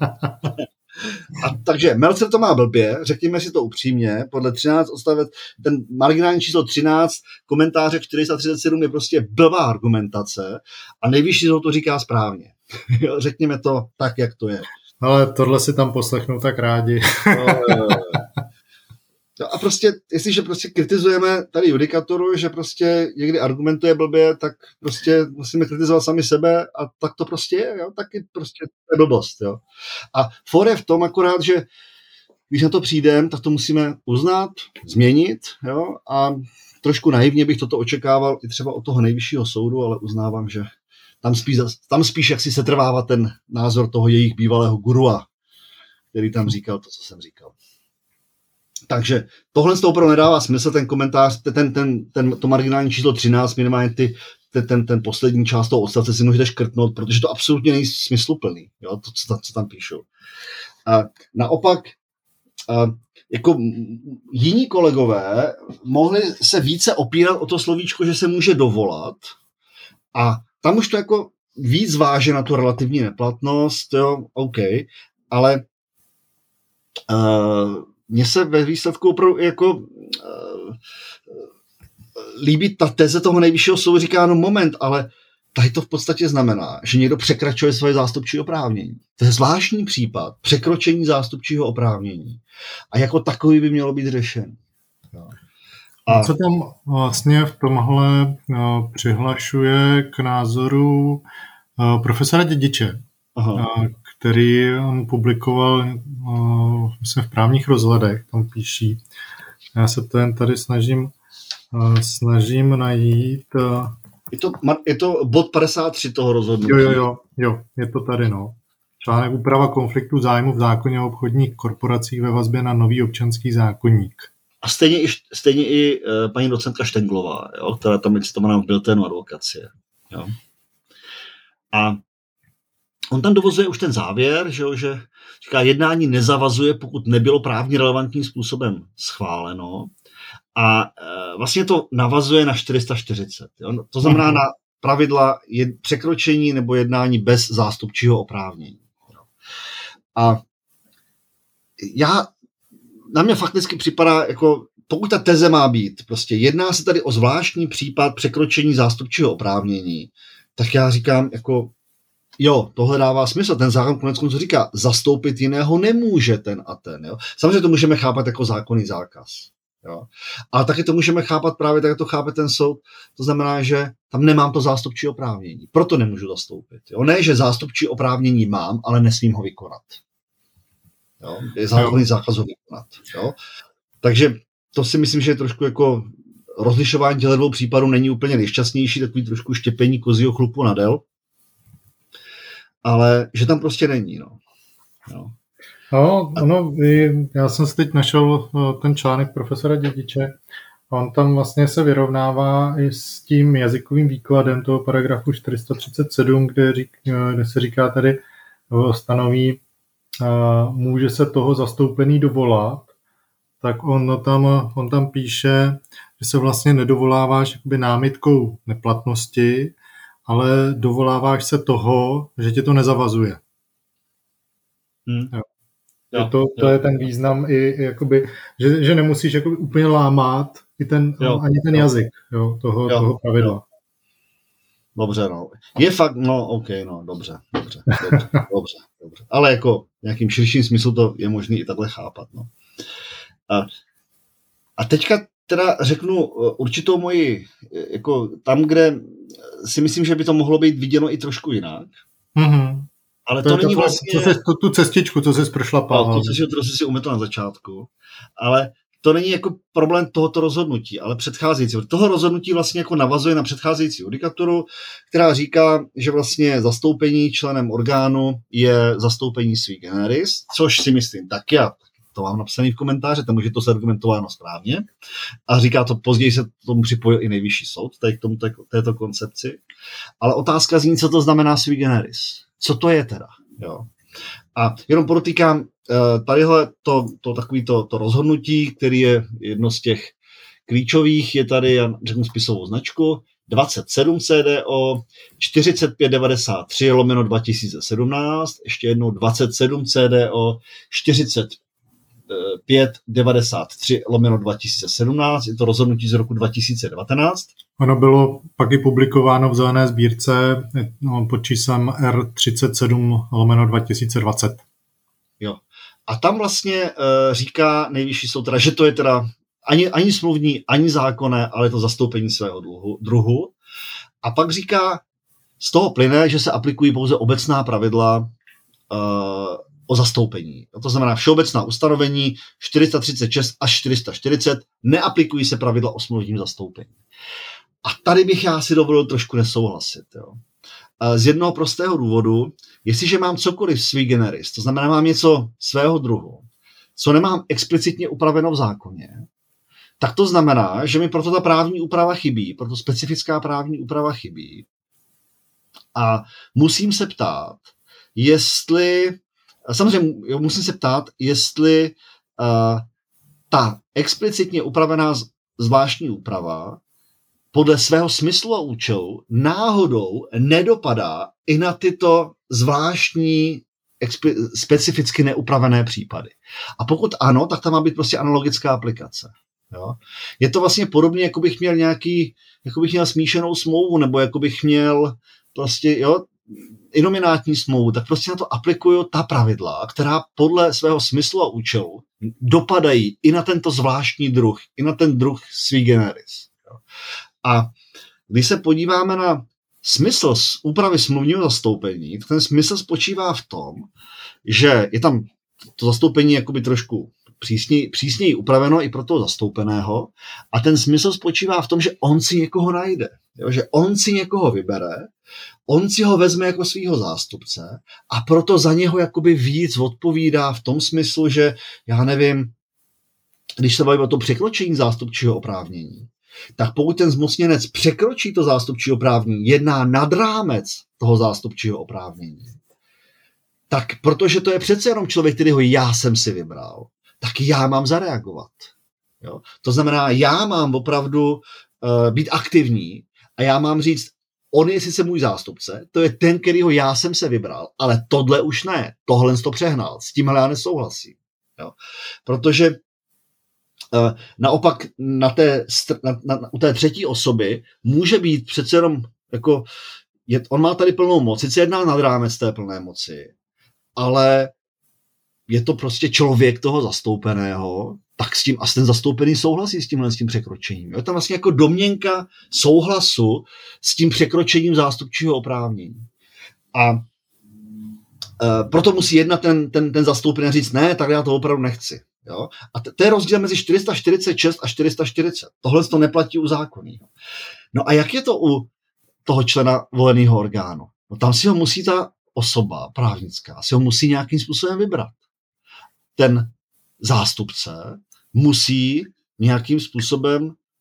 A takže Meltzer to má blbě, řekněme si to upřímně, podle třináct odstavec, ten marginální číslo třináct, komentáře čtyři sta třicet sedm je prostě blbá argumentace a Nejvyšší soud to říká správně. Řekněme to tak, jak to je. Ale tohle si tam poslechnou tak rádi. A prostě, jestliže prostě kritizujeme tady judikaturu, že prostě někdy argumentuje blbě, tak prostě musíme kritizovat sami sebe a tak to prostě je, jo? Taky prostě to je blbost, jo. A for je v tom akorát, že když na to přijdeme, tak to musíme uznat, změnit, jo, a trošku naivně bych toto očekával i třeba od toho Nejvyššího soudu, ale uznávám, že tam spíš, tam spíš jak si setrvává ten názor toho jejich bývalého gurua, který tam říkal to, co jsem říkal. Takže tohle z toho opravdu nedává smysl, ten komentář, ten, ten, ten, to marginální číslo třináct, minimálně ty, ten, ten, ten poslední část toho odstavce si můžete škrtnout, protože to absolutně není smysluplný, jo, to, co, co tam píšou. A naopak, a, jako jiní kolegové mohli se více opírat o to slovíčko, že se může dovolat a tam už to jako víc váže na tu relativní neplatnost, jo, OK, ale uh, mně se ve výsledku opravdu jako uh, líbí ta teze toho Nejvyššího soudu, říká, no moment, ale tady to v podstatě znamená, že někdo překračuje svoje zástupčí oprávnění. To je zvláštní případ překročení zástupčího oprávnění. A jako takový by mělo být řešen. A co tam vlastně v tomhle uh, přihlašuje k názoru uh, profesora Dědiče, uh, který on publikoval uh, myslím v právních rozhledech, tam píší. Já se to jen tady snažím, uh, snažím najít. Uh, je, to, je to bod padesát tři toho rozhodnutí. Jo, jo, jo, jo, je to tady, no. Článek úprava konfliktu zájmu v zákoně o obchodních korporacích ve vazbě na nový občanský zákoník. A stejně i, stejně i uh, paní docentka Štenglová, jo, která tam je citovaná v bilténu advokacie. Jo. A on tam dovozuje už ten závěr, že, jo, že říká, jednání nezavazuje, pokud nebylo právně relevantním způsobem schváleno. A e, vlastně to navazuje na čtyři sta čtyřicet. Jo. To znamená na pravidla jed, překročení nebo jednání bez zástupčího oprávnění. Jo. A já, na mě fakticky připadá, jako pokud ta teze má být, prostě jedná se tady o zvláštní případ překročení zástupčího oprávnění, tak já říkám, jako jo, tohle dává smysl. Ten zákon konec konců říká, zastoupit jiného nemůže ten a ten. Jo. Samozřejmě to můžeme chápat jako zákonný zákaz. Jo. Ale taky to můžeme chápat právě tak, jak to chápe ten soud. To znamená, že tam nemám to zástupčí oprávnění. Proto nemůžu zastoupit. Jo. Ne, že zástupčí oprávnění mám, ale nesmím ho vykonat. Jo. Je zákonný zákaz ho vykonat. Jo. Takže to si myslím, že je trošku jako rozlišování těchto dvou případů není úplně nejšťastnější, takový trošku štěpení kozího chlupu na del. Ale že tam prostě není, no. No, no, no já jsem si teď našel ten článek profesora Dědiče. On tam vlastně se vyrovnává i s tím jazykovým výkladem toho paragrafu čtyři sta třicet sedm, kde, řík, kde se říká tady, stanoví, může se toho zastoupený dovolat, tak on tam, on tam píše, že se vlastně nedovoláváš jakoby námitkou neplatnosti, ale dovoláváš se toho, že tě to nezavazuje. Hmm. Jo. Jo, to, to jo. je ten význam, i, i jakoby, že, že nemusíš jakoby úplně lámat i ten, jo. ani ten jo. jazyk jo, toho, jo. toho pravidla. Jo. Dobře, no. Je fakt, no, OK, no, dobře, dobře, dobře, dobře, dobře. Ale jako v nějakým širším smyslu to je možné i takhle chápat, no. A, a teďka teda řeknu určitou moji, jako tam, kde si myslím, že by to mohlo být viděno i trošku jinak. Mm-hmm. Ale to, to není vlastně... Co jsi, tu, tu cestičku, co jsi prošlapal. No, tu cestičku, kterou jsi si umetl na začátku. Ale to není jako problém tohoto rozhodnutí, ale předcházejícího. Toho rozhodnutí vlastně jako navazuje na předcházející judikaturu, která říká, že vlastně zastoupení členem orgánu je zastoupení sui generis, což si myslím taky, já to mám napsaný v komentáři, tam už je to zargumentováno správně. A říká to, později se tomu připojil i nejvyšší soud, tady k tomu této koncepci. Ale otázka zní, co to znamená sui generis. Co to je teda? Jo. A jenom podotýkám, tadyhle to, to takový to, to rozhodnutí, který je jedno z těch klíčových, je tady, já řeknu spisovou značku, dvacet sedm C D O čtyřicet pět devadesát tři lomeno dva tisíce sedmnáct, ještě jednou dvacet sedm C D O čtyřicet pět devadesát tři lomeno dva tisíce sedmnáct, je to rozhodnutí z roku dva tisíce devatenáct. Ono bylo pak i publikováno v zelené sbírce no, pod číslem R třicet sedm lomeno dva tisíce dvacet. Jo. A tam vlastně e, říká nejvyšší soud, teda, že to je teda ani, ani smluvní, ani zákonné, ale je to zastoupení svého druhu, druhu. A pak říká, z toho plyne, že se aplikují pouze obecná pravidla e, o zastoupení. To znamená všeobecná ustanovení čtyři sta třicet šest až čtyři sta čtyřicet, neaplikují se pravidla o smluvním zastoupení. A tady bych já si dovolil trošku nesouhlasit. Jo. Z jednoho prostého důvodu, jestliže mám cokoliv sui generis, to znamená, mám něco svého druhu, co nemám explicitně upraveno v zákoně, tak to znamená, že mi proto ta právní úprava chybí, proto specifická právní úprava chybí. A musím se ptát, jestli, samozřejmě jo, musím se ptát, jestli uh, ta explicitně upravená zvláštní úprava podle svého smyslu a účelu náhodou nedopadá i na tyto zvláštní, expli- specificky neupravené případy. A pokud ano, tak tam má být prostě analogická aplikace. Jo? Je to vlastně podobně, jako bych měl nějaký, jako bych měl smíšenou smlouvu, nebo jako bych měl prostě, jo, inominátní smlouvu, tak prostě na to aplikuju ta pravidla, která podle svého smyslu a účelu dopadají i na tento zvláštní druh, i na ten druh sui generis. Jo? A když se podíváme na smysl z úpravy smluvního zastoupení, tak ten smysl spočívá v tom, že je tam to zastoupení jakoby trošku přísněji, přísněji upraveno i pro toho zastoupeného a ten smysl spočívá v tom, že on si někoho najde, jo? Že on si někoho vybere, on si ho vezme jako svýho zástupce a proto za něho jakoby víc odpovídá v tom smyslu, že já nevím, když se bavíme o tom překročení zástupčího oprávnění, tak pokud ten zmocněnec překročí to zástupčí oprávnění, jedná nad rámec toho zástupčího oprávnění, tak protože to je přece jenom člověk, kterýho já jsem si vybral, tak já mám zareagovat. Jo? To znamená, já mám opravdu uh, být aktivní a já mám říct, on je sice můj zástupce, to je ten, kterýho já jsem se vybral, ale tohle už ne, tohle to přehnal, s tímhle já nesouhlasím. Jo? Protože Uh, naopak na té, na, na, u té třetí osoby může být přece jenom, jako, je, on má tady plnou moc, sice jedná nad rámec té plné moci, ale je to prostě člověk toho zastoupeného, tak s tím, a ten zastoupený souhlasí s tímhle s tím překročením. Je tam vlastně jako domněnka souhlasu s tím překročením zástupčího oprávnění. A uh, proto musí jednat ten, ten, ten zastoupený a říct, ne, tak já to opravdu nechci. Jo? A to je rozdíl mezi čtyři sta čtyřicet šest a čtyři sta čtyřicet. Tohle to neplatí u zákonního. No a jak je to u toho člena voleného orgánu? No tam si ho musí ta osoba právnická, si ho musí nějakým způsobem vybrat. Ten zástupce musí nějakým způsobem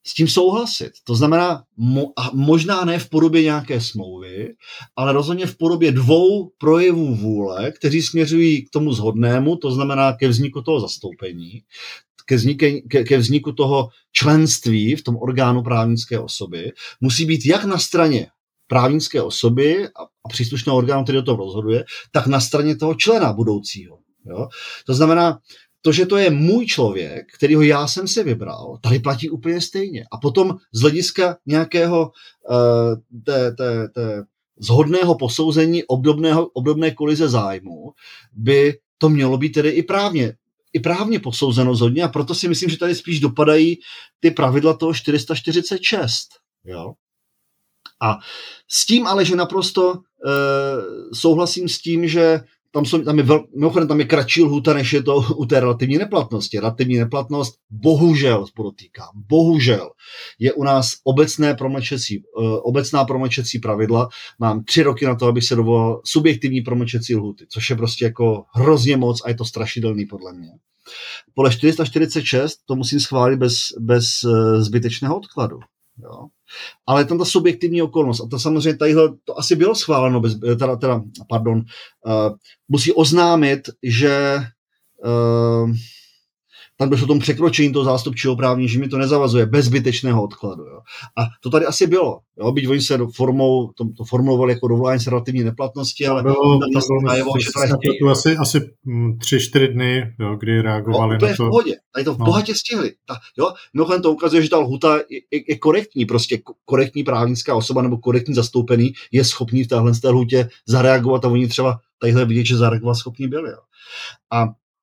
s tím souhlasit. To znamená, mo, a možná ne v podobě nějaké smlouvy, ale rozhodně v podobě dvou projevů vůle, kteří směřují k tomu shodnému, to znamená ke vzniku toho zastoupení, ke, vznike, ke, ke vzniku toho členství v tom orgánu právnické osoby, musí být jak na straně právnické osoby a, a příslušného orgánu, který o tom rozhoduje, tak na straně toho člena budoucího. Jo? To znamená, to, že to je můj člověk, kterýho já jsem si vybral, tady platí úplně stejně. A potom z hlediska nějakého uh, té, té, té zhodného posouzení obdobného, obdobné kolize zájmu by to mělo být tedy i právně, i právně posouzeno zhodně a proto si myslím, že tady spíš dopadají ty pravidla toho čtyři sta čtyřicet šest. Jo? A s tím ale, že naprosto uh, souhlasím s tím, že tam, jsou, tam, je vel, mimochodem, tam je kratší lhůta, než je to u té relativní neplatnosti. Relativní neplatnost, bohužel, podotýkám, bohužel, je u nás obecné promlčecí, uh, obecná promlčecí pravidla. Mám tři roky na to, abych se dovolal subjektivní promlčecí lhůty, což je prostě jako hrozně moc a je to strašidelný podle mě. Podle čtyři sta čtyřicet šest to musím schválit bez, bez uh, zbytečného odkladu. Jo. Ale tam ta subjektivní okolnost, a to samozřejmě tadyhle, to asi bylo schváleno, bez, teda, teda, pardon, uh, musí oznámit, že uh, tam došlo tomu překročení toho zástupčího právní, že mi to nezavazuje bez zbytečného odkladu. Jo. A to tady asi bylo, jo, byť oni se formou, to, to formulovali jako dovolání se relativní neplatnosti, ale bylo, tam bylo, najevo, že to asi, asi tři, čtyři dny, jo, kdy reagovali no, to na to. V pohodě, tady to v bohatě stihli. Ta, jo, mimochodem to ukazuje, že ta lhuta je, je, je korektní, prostě korektní právnická osoba nebo korektní zastoupený je schopný v téhle té lhutě zareagovat a oni třeba tadyhle vidět, že zareagovat schopní byli. Jo. A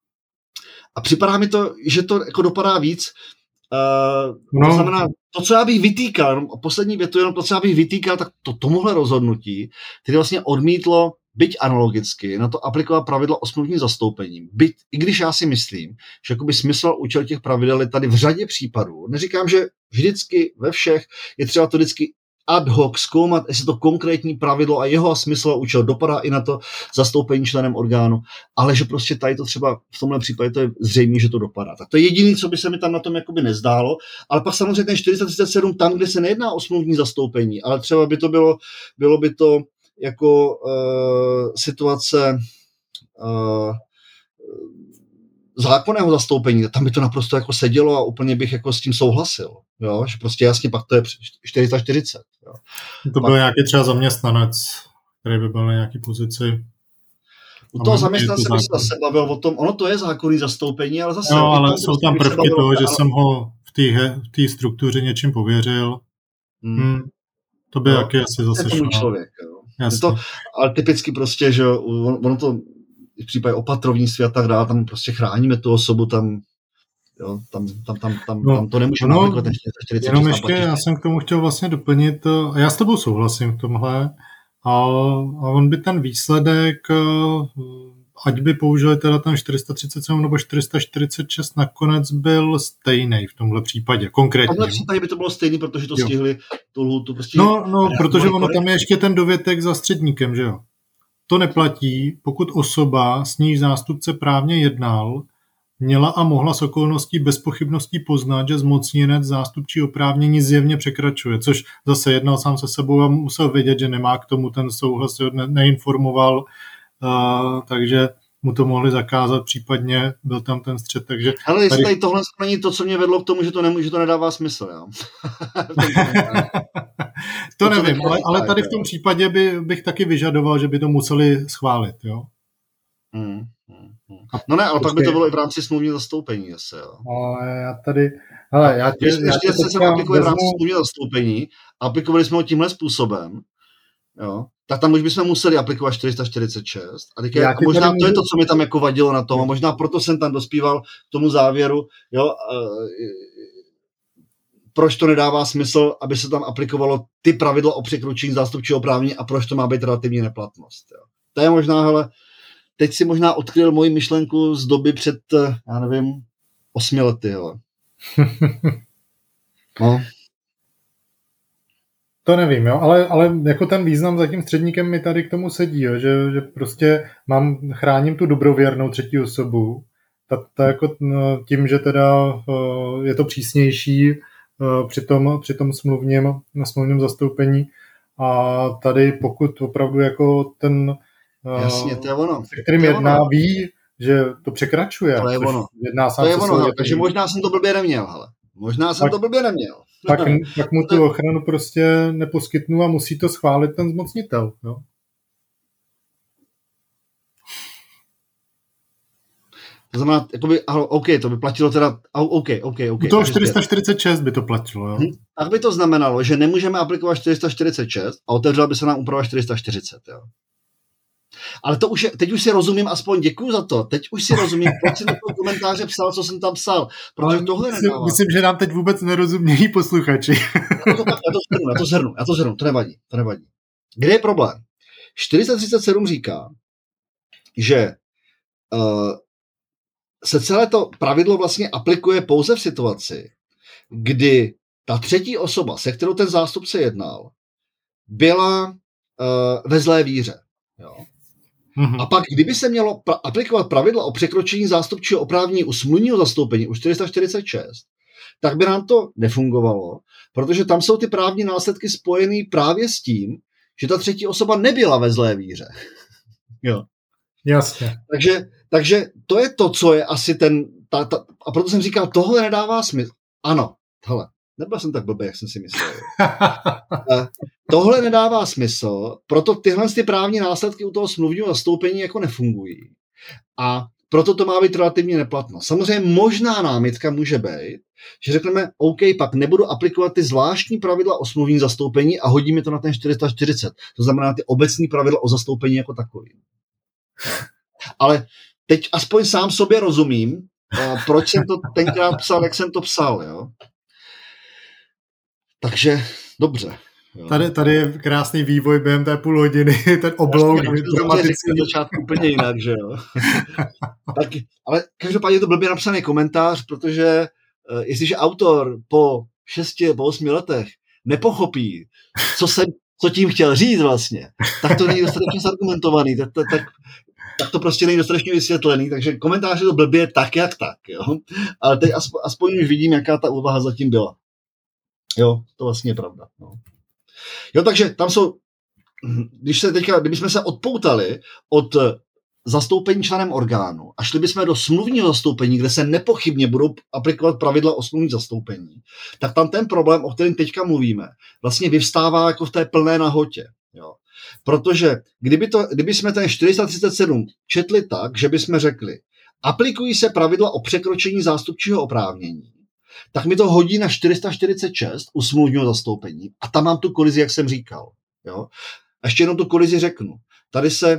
A připadá mi to, že to jako dopadá víc. Uh, no. To znamená, to, co já bych vytýkal, poslední větu, jenom to, co já bych vytýkal, tak to tomuhle rozhodnutí, které vlastně odmítlo, byť analogicky, na to aplikovat pravidla o smluvním zastoupení. Byť, i když já si myslím, že jakoby smysl účel těch pravidel je tady v řadě případů. Neříkám, že vždycky ve všech je třeba to vždycky ad hoc zkoumat, jestli to konkrétní pravidlo a jeho smysl a účel dopadá i na to zastoupení členem orgánu, ale že prostě tady to třeba v tomhle případě to je zřejmě, že to dopadá. Tak to je jediné, co by se mi tam na tom jakoby nezdálo, ale pak samozřejmě ten čtyři sta třicet sedm tam, kde se nejedná o smluvní zastoupení, ale třeba by to bylo, bylo by to jako uh, situace uh, zákonného zastoupení, tam by to naprosto jako sedělo a úplně bych jako s tím souhlasil. Jo? Že prostě jasně, pak to je čtyři sta čtyřicet. Jo? To byl pak nějaký třeba zaměstnanec, který by byl na nějaký pozici. U toho zaměstnance bych se zase bavil o tom, ono to je zákonný zastoupení, ale zase... No, ale jsou tam prvky toho, že jsem ho v té struktuře něčím pověřil. Hmm. Hmm. To by no, jaký asi zase šlo. Člověk, jo. To, ale typicky prostě, že ono to v případě opatrovnictví a tak dále, tam prostě chráníme tu osobu, tam, jo, tam, tam, tam, tam, no, tam to nemůžeme no, aplikovat ten čtyřicet jenom ještě, já jsem k tomu chtěl vlastně doplnit, a já s tebou souhlasím v tomhle, a, a on by ten výsledek, ať by použili teda ten čtyři sta třicet sedm nebo čtyři sta čtyřicet šest, nakonec byl stejný v tomhle případě, konkrétně. V tomhle případě by to bylo stejný, protože to jo. stihli tu lhůtu. Prostě no, no protože ono tam je ještě ten dovětek za středníkem, že jo? To neplatí, pokud osoba, s níž zástupce právně jednal, měla a mohla s okolností bez pochybností poznat, že zmocněnec zástupčí oprávnění zjevně překračuje, což zase jednal sám se sebou a musel vědět, že nemá k tomu ten souhlas, ne- neinformoval, uh, takže mu to mohli zakázat, případně byl tam ten střet, takže... Ale jestli tady, tady tohle není to, co mě vedlo k tomu, že to, nemů- že to nedává smysl, jo? To nevím, ale, ale tady v tom případě by, bych taky vyžadoval, že by to museli schválit, jo? Hmm, hmm, hmm. No ne, ale počkej. Pak by to bylo i v rámci smluvního zastoupení zase, jo? No, já tady... Hele, já tě, Když já tě se sem aplikuje v rámci smluvního zastoupení, aplikovali jsme ho tímhle způsobem, jo, tak tam už bychom museli aplikovat čtyři sta čtyřicet šest. A, je, a možná to je to, co mi tam jako vadilo na tom, a možná proto jsem tam dospíval k tomu závěru, jo, uh, proč to nedává smysl, aby se tam aplikovalo ty pravidla o překročení zástupčího oprávnění a proč to má být relativní neplatnost. Jo. To je možná, hele, teď si možná odkryl moji myšlenku z doby před, já nevím, osmi lety, hele. No. To nevím, jo, ale, ale jako ten význam za tím středníkem mi tady k tomu sedí, jo, že, že prostě mám, chráním tu dobrověrnou třetí osobu, ta, ta jako tím, že teda je to přísnější, při tom, při tom smluvním, smluvním zastoupení. A tady pokud opravdu jako ten, Jasně, to je ono. se kterým to je jedná, ono. ví, že to překračuje. To je ono. Jedná to je ono, takže možná jsem to blbě neměl, hele. Možná jsem tak, to blbě neměl. Tak, tak mu tu ochranu prostě neposkytnu a musí to schválit ten zmocnitel. Jo? To znamená, jakoby, OK, to by platilo teda, OK, OK, OK. U toho čtyři sta čtyřicet šest by to platilo, jo? Hm, tak by to znamenalo, že nemůžeme aplikovat čtyři sta čtyřicet šest a otevřela by se nám úprava čtyři sta čtyřicet, jo. Ale to už je, teď už si rozumím, aspoň děkuju za to, teď už si rozumím, proč jsem do toho komentáře psal, co jsem tam psal, protože ale tohle myslím, nedává. Myslím, že nám teď vůbec nerozumějí posluchači. Já to, tak, já to zhrnu, já to zhrnu, já to zhrnu, to nevadí, to nevadí. Kde je problém? čtyři sta třicet sedm říká, že uh, se celé to pravidlo vlastně aplikuje pouze v situaci, kdy ta třetí osoba, se kterou ten zástupce jednal, byla uh, ve zlé víře. Jo? Mm-hmm. A pak, kdyby se mělo pra- aplikovat pravidla o překročení zástupčího oprávnění u smluvního zastoupení u čtyři sta čtyřicet šest, tak by nám to nefungovalo, protože tam jsou ty právní následky spojený právě s tím, že ta třetí osoba nebyla ve zlé víře. Jo. Jasně. Takže, takže to je to, co je asi ten... Ta, ta, a proto jsem říkal, tohle nedává smysl. Ano, hele, nebyl jsem tak blbý, jak jsem si myslel. Tohle nedává smysl, proto tyhle ty právní následky u toho smluvního zastoupení jako nefungují. A proto to má být relativně neplatno. Samozřejmě možná námitka může být, že řekneme, OK, pak nebudu aplikovat ty zvláštní pravidla o smluvním zastoupení a hodíme to na ten čtyři sta čtyřicet. To znamená ty obecní pravidla o zastoupení jako takový. Ale teď aspoň sám sobě rozumím, proč jsem to tenkrát psal, jak jsem to psal. Jo? Takže dobře. Jo. Tady, tady je krásný vývoj během té půl hodiny, ten oblouk. Dramatický na začátku úplně jinak, že jo. Tak, ale každopádně je to blbě napsaný komentář, protože uh, jestliže autor po šesti, po osmi letech nepochopí, co jsem, co tím chtěl říct vlastně, tak to není dostatečně zargumentovaný, tak, tak, tak to prostě není dostatečně vysvětlený, takže komentář je to blbě tak, jak tak, jo. Ale teď aspoň, aspoň už vidím, jaká ta úvaha zatím byla. Jo, to vlastně je pravda. No. Jo, takže tam jsou, když se teďka, kdybychom se odpoutali od zastoupení členem orgánu a šli bychom do smluvního zastoupení, kde se nepochybně budou aplikovat pravidla o smluvní zastoupení, tak tam ten problém, o kterém teďka mluvíme, vlastně vyvstává jako v té plné nahotě. Jo. Protože kdyby, to, kdyby jsme ten čtyři sta třicet sedm četli tak, že bychom řekli, aplikují se pravidla o překročení zástupčího oprávnění, tak mi to hodí na čtyři sta čtyřicet šest u smluvního zastoupení a tam mám tu kolizi, jak jsem říkal. Jo? A ještě jenom tu kolizi řeknu. Tady se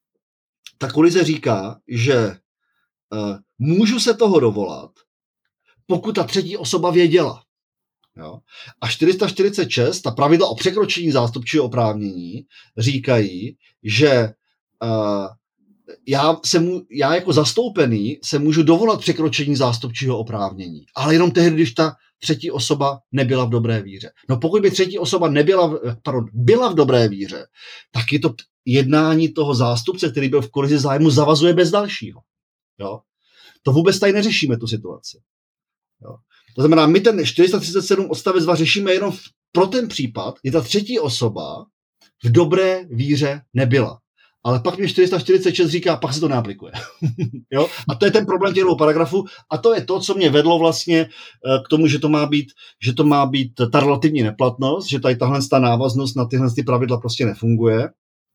ta kolize říká, že uh, můžu se toho dovolat, pokud ta třetí osoba věděla. Jo? A čtyři sta čtyřicet šest, ta pravidla o překročení zástupčího oprávnění, říkají, že uh, Já, se mu, já jako zastoupený se můžu dovolat překročení zástupčího oprávnění, ale jenom tehdy, když ta třetí osoba nebyla v dobré víře. No pokud by třetí osoba nebyla, pardon, byla v dobré víře, tak je to jednání toho zástupce, který byl v kolizi zájmu, zavazuje bez dalšího. Jo? To vůbec tady neřešíme, tu situaci. Jo? To znamená, my ten čtyři sta třicet sedm odstavec dva řešíme jenom pro ten případ, kdy ta třetí osoba v dobré víře nebyla. Ale pak mi čtyři sta čtyřicet šest říká, pak se to neaplikuje. Jo? A to je ten problém těch dvou paragrafů a to je to, co mě vedlo vlastně k tomu, že to má být, že to má být ta relativní neplatnost, že tady tahle ta návaznost na tyhle ty pravidla prostě nefunguje.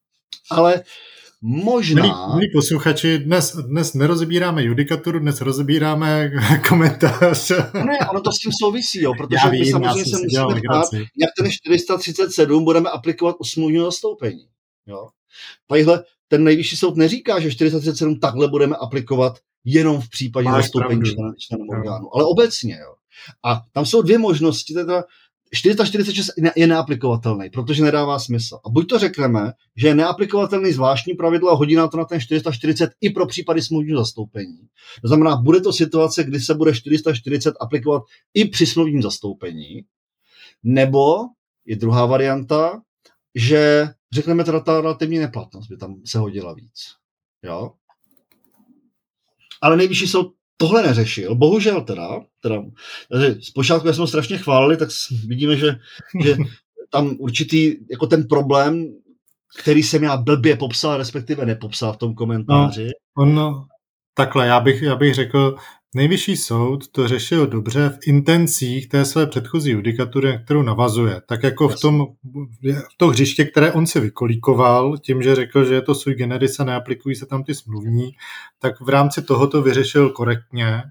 Ale možná... Milí, milí posluchači, dnes, dnes nerozebíráme judikaturu, dnes rozebíráme komentář. Ne, ono to s tím souvisí, jo, protože já vím, my samozřejmě se musíme ptát, jak ten čtyři sta třicet sedm budeme aplikovat u smluvního zastoupení. Jo? Tadyhle ten nejvyšší soud neříká, že čtyři sta třicet sedm takhle budeme aplikovat jenom v případě Máš zastoupení členem, členem orgánu, ale obecně. Jo. A tam jsou dvě možnosti. Teda čtyři sta čtyřicet šest je neaplikovatelný, protože nedává smysl. A buď to řekneme, že je neaplikovatelný zvláštní pravidlo a hodí nám to na ten čtyři sta čtyřicet i pro případy smluvního zastoupení. To znamená, bude to situace, kdy se bude čtyři sta čtyřicet aplikovat i při smluvním zastoupení, nebo je druhá varianta, že řekneme teda ta relativní neplatnost by tam se hodila víc. Jo? Ale nejvyšší soud tohle neřešil, bohužel teda, teda zpočátku jsme ho strašně chválili, tak vidíme, že, že tam určitý, jako ten problém, který jsem já blbě popsal, respektive nepopsal v tom komentáři. No, on, takhle, já bych, já bych řekl, Nejvyšší soud to řešil dobře v intencích té své předchozí judikatury, kterou navazuje. Tak jako v tom, v to hřiště, které on si vykolíkoval, tím, že řekl, že je to sui generis a neaplikují se tam ty smluvní, tak v rámci toho to vyřešil korektně.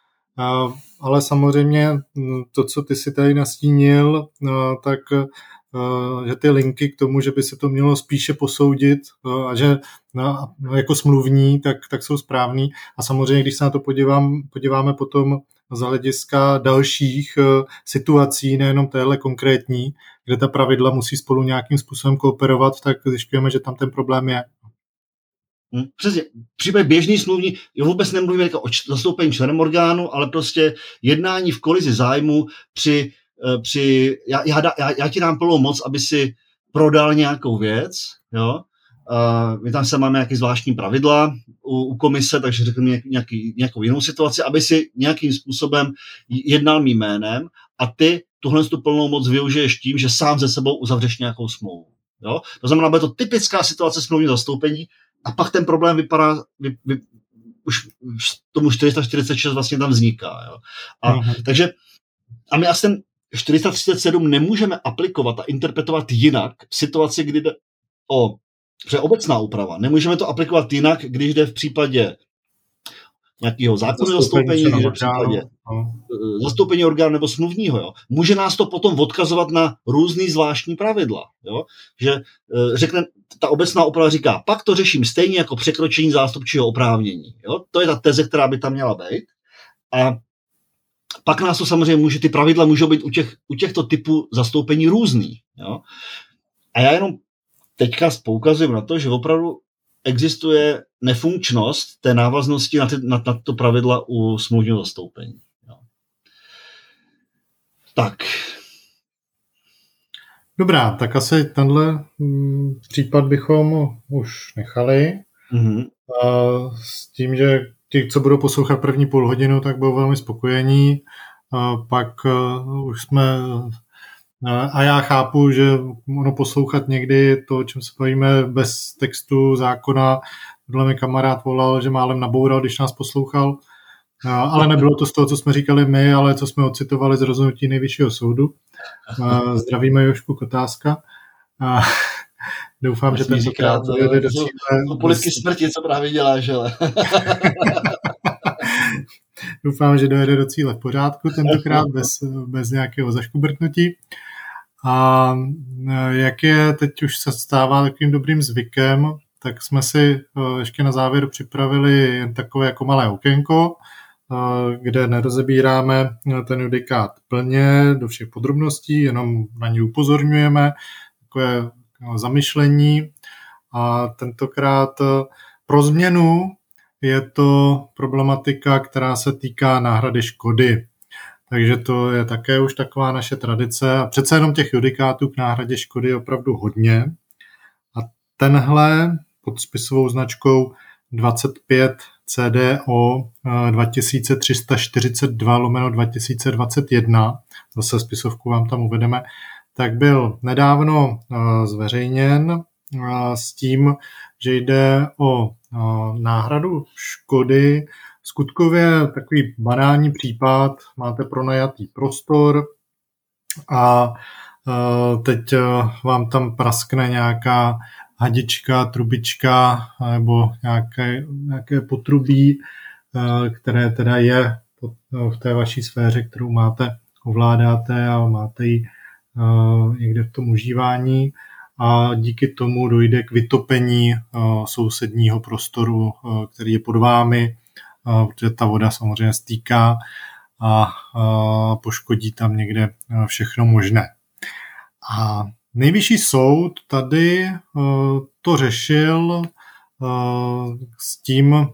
Ale samozřejmě to, co ty si tady nastínil, tak že ty linky k tomu, že by se to mělo spíše posoudit a že no, jako smluvní, tak, tak jsou správný. A samozřejmě, když se na to podívám, podíváme potom z hlediska dalších situací, nejenom téhle konkrétní, kde ta pravidla musí spolu nějakým způsobem kooperovat, tak zjišťujeme, že tam ten problém je. Hmm, přesně. V případě běžný smluvní, jo, vůbec nemluvíme jako o zastoupení členem orgánu, ale prostě jednání v kolizi zájmu při při, já, já, já, já ti dám plnou moc, aby si prodal nějakou věc, jo. Uh, my tam se máme nějaké zvláštní pravidla u, u komise, takže řekněme nějaký, nějakou jinou situaci, aby si nějakým způsobem jednal mým jménem a ty tuhle tu plnou moc využiješ tím, že sám ze sebou uzavřeš nějakou smlouvu. Jo? To znamená, bude to typická situace smluvního zastoupení a pak ten problém vypadá, vy, vy, už tomu čtyři sta čtyřicet šest vlastně tam vzniká. Jo? A, mm-hmm. Takže a my asi ten čtyři sta třicet sedm nemůžeme aplikovat a interpretovat jinak v situaci, kdy jde o obecná úprava. Nemůžeme to aplikovat jinak, když jde v případě nějakého zákonného zastoupení, když jde v případě no. zastoupení orgánu nebo smluvního. Jo. Může nás to potom odkazovat na různý zvláštní pravidla. Jo. Že řekne, ta obecná úprava říká, pak to řeším stejně jako překročení zástupčího oprávnění. Jo. To je ta teze, která by tam měla být. A pak nás to samozřejmě může, ty pravidla můžou být u, těch, u těchto typů zastoupení různý. Jo? A já jenom teďka poukazuji na to, že opravdu existuje nefunkčnost té návaznosti na, ty, na, na to pravidla u smluvního zastoupení. Jo? Tak. Dobrá, tak asi tenhle m, případ bychom už nechali. Mm-hmm. A s tím, že ti, co budou poslouchat první půl hodinu, tak budou velmi spokojení. A pak uh, už jsme... Uh, a já chápu, že ono poslouchat někdy to, o čem se bavíme bez textu zákona. Tohle mi kamarád volal, že málem naboural, když nás poslouchal. Uh, ale nebylo to z toho, co jsme říkali my, ale co jsme ocitovali z rozhodnutí Nejvyššího soudu. Uh, zdravíme Jošku Kotáska. Uh, Doufám, Myslím, že tentokrát dojede do cíle. Politky smrti, co právě děláš, hele. Doufám, že dojede do cíle v pořádku, tentokrát bez, bez nějakého zaškubrtnutí. A jak je teď už se stává takovým dobrým zvykem, tak jsme si ještě na závěr připravili jen takové jako malé okénko, kde nerozebíráme ten judikát plně do všech podrobností, jenom na ní upozorňujeme, takové zamyšlení. A tentokrát pro změnu je to problematika, která se týká náhrady škody. Takže to je také už taková naše tradice. A přece jenom těch judikátů k náhradě škody je opravdu hodně. A tenhle pod spisovou značkou dvacet pět C D O dva tisíce tři sta čtyřicet dva lomeno dva tisíce dvacet jedna, zase spisovku vám tam uvedeme, tak byl nedávno zveřejněn s tím, že jde o náhradu škody. Skutkově takový banální případ, máte pronajatý prostor a teď vám tam praskne nějaká hadička, trubička nebo nějaké, nějaké potrubí, které teda je v té vaší sféře, kterou máte, ovládáte a máte ji někde v tom užívání a díky tomu dojde k vytopení sousedního prostoru, který je pod vámi, protože ta voda samozřejmě stýká a poškodí tam někde všechno možné. A Nejvyšší soud tady to řešil s tím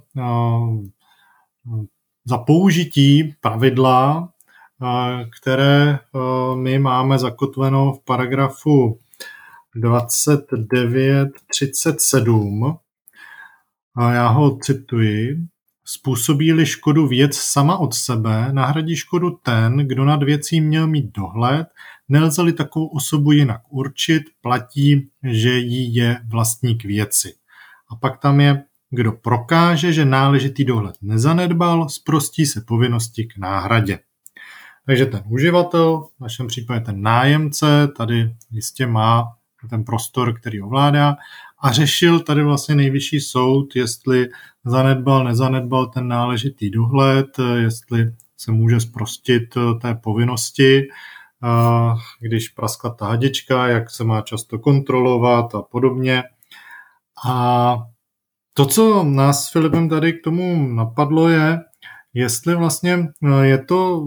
za použití pravidla, které my máme zakotveno v paragrafu dvacet devět třicet sedm. A já ho cituji. Způsobí-li škodu věc sama od sebe, nahradí škodu ten, kdo nad věcí měl mít dohled, nelze-li takovou osobu jinak určit, platí, že jí je vlastník věci. A pak tam je, kdo prokáže, že náležitý dohled nezanedbal, zprostí se povinnosti k náhradě. Takže ten uživatel, v našem případě ten nájemce, tady jistě má ten prostor, který ovládá, a řešil tady vlastně nejvyšší soud, jestli zanedbal, nezanedbal ten náležitý dohled, jestli se může zprostit té povinnosti, když praskla ta hadička, jak se má často kontrolovat a podobně. A to, co nás s Filipem tady k tomu napadlo, je, jestli vlastně je to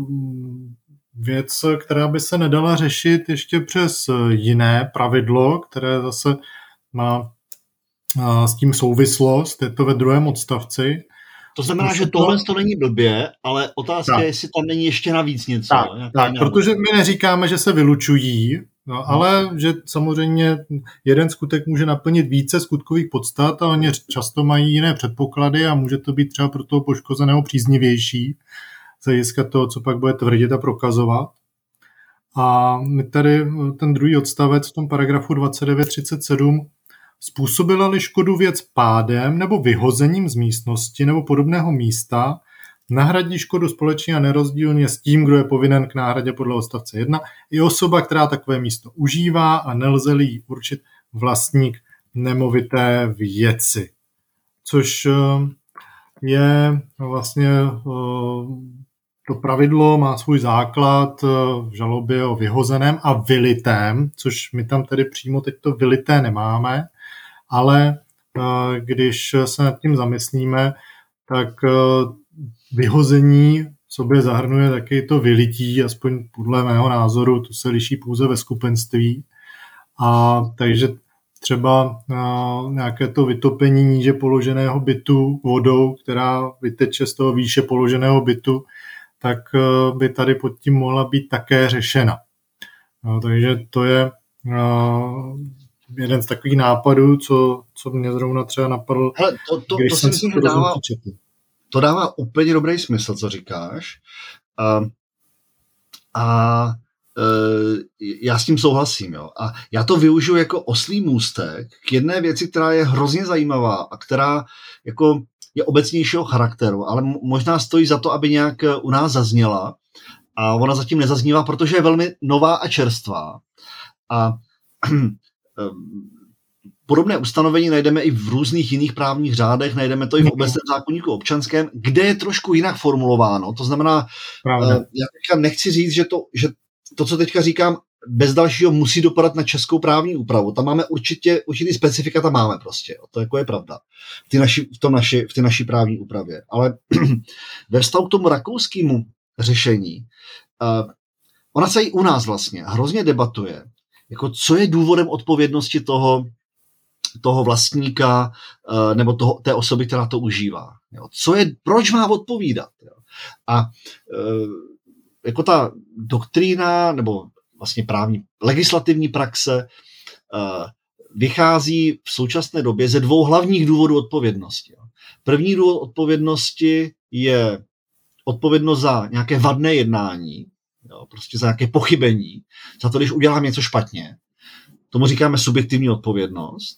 věc, která by se nedala řešit ještě přes jiné pravidlo, které zase má s tím souvislost, je to ve druhém odstavci. To znamená, že tohle to není blbě, ale otázka je, jestli tam není ještě navíc něco. Tak, tak protože my neříkáme, že se vylučují, no, ale že samozřejmě jeden skutek může naplnit více skutkových podstat a oni často mají jiné předpoklady a může to být třeba pro toho poškozeného příznivější z hlediska toho, co pak bude tvrdit a prokazovat. A my tady ten druhý odstavec v tom paragrafu dvacet devět třicet sedm způsobila-li škodu věc pádem nebo vyhozením z místnosti nebo podobného místa, nahradí škodu společně a nerozdílně s tím, kdo je povinen k náhradě podle odstavce jedna, i osoba, která takové místo užívá a nelze-li jí určit vlastník nemovité věci. Což je vlastně to pravidlo má svůj základ v žalobě o vyhozeném a vylitém, což my tam tedy přímo teď to vylité nemáme, ale když se nad tím zamyslíme, tak vyhození v sobě zahrnuje taky to vylití, aspoň podle mého názoru, to se liší pouze ve skupenství. A takže třeba nějaké to vytopení níže položeného bytu vodou, která vyteče z toho výše položeného bytu, tak by tady pod tím mohla být také řešena. No, takže to je uh, jeden z takových nápadů, co, co mě zrovna třeba napadl, Hele, to, to, když to jsem si myslím, si to dává, četl. To dává úplně dobrý smysl, co říkáš. Uh, a uh, já s tím souhlasím. Jo. A já to využiju jako oslý můstek k jedné věci, která je hrozně zajímavá a která jako je obecnějšího charakteru, ale možná stojí za to, aby nějak u nás zazněla. A ona zatím nezaznívá, protože je velmi nová a čerstvá. A podobné ustanovení najdeme i v různých jiných právních řádech, najdeme to i v obecném zákoníku občanském, kde je trošku jinak formulováno. To znamená, Pravda. já teďka nechci říct, že to, že to, co teďka říkám, bez dalšího musí dopadat na českou právní úpravu. Tam máme určitě, určitý specifika, tam máme prostě. To jako je pravda. V té naší, v tom naši, v té naší právní úpravě. Ale ve vztahu k tomu rakouskému řešení, uh, ona se i u nás vlastně hrozně debatuje, jako co je důvodem odpovědnosti toho, toho vlastníka uh, nebo toho, té osoby, která to užívá. Jo. Co je, proč má odpovídat? Jo. A uh, jako ta doktrína nebo vlastně právní legislativní praxe uh, vychází v současné době ze dvou hlavních důvodů odpovědnosti. Jo. První důvod odpovědnosti je odpovědnost za nějaké vadné jednání, jo, prostě za nějaké pochybení, za to, když udělám něco špatně. Tomu říkáme subjektivní odpovědnost.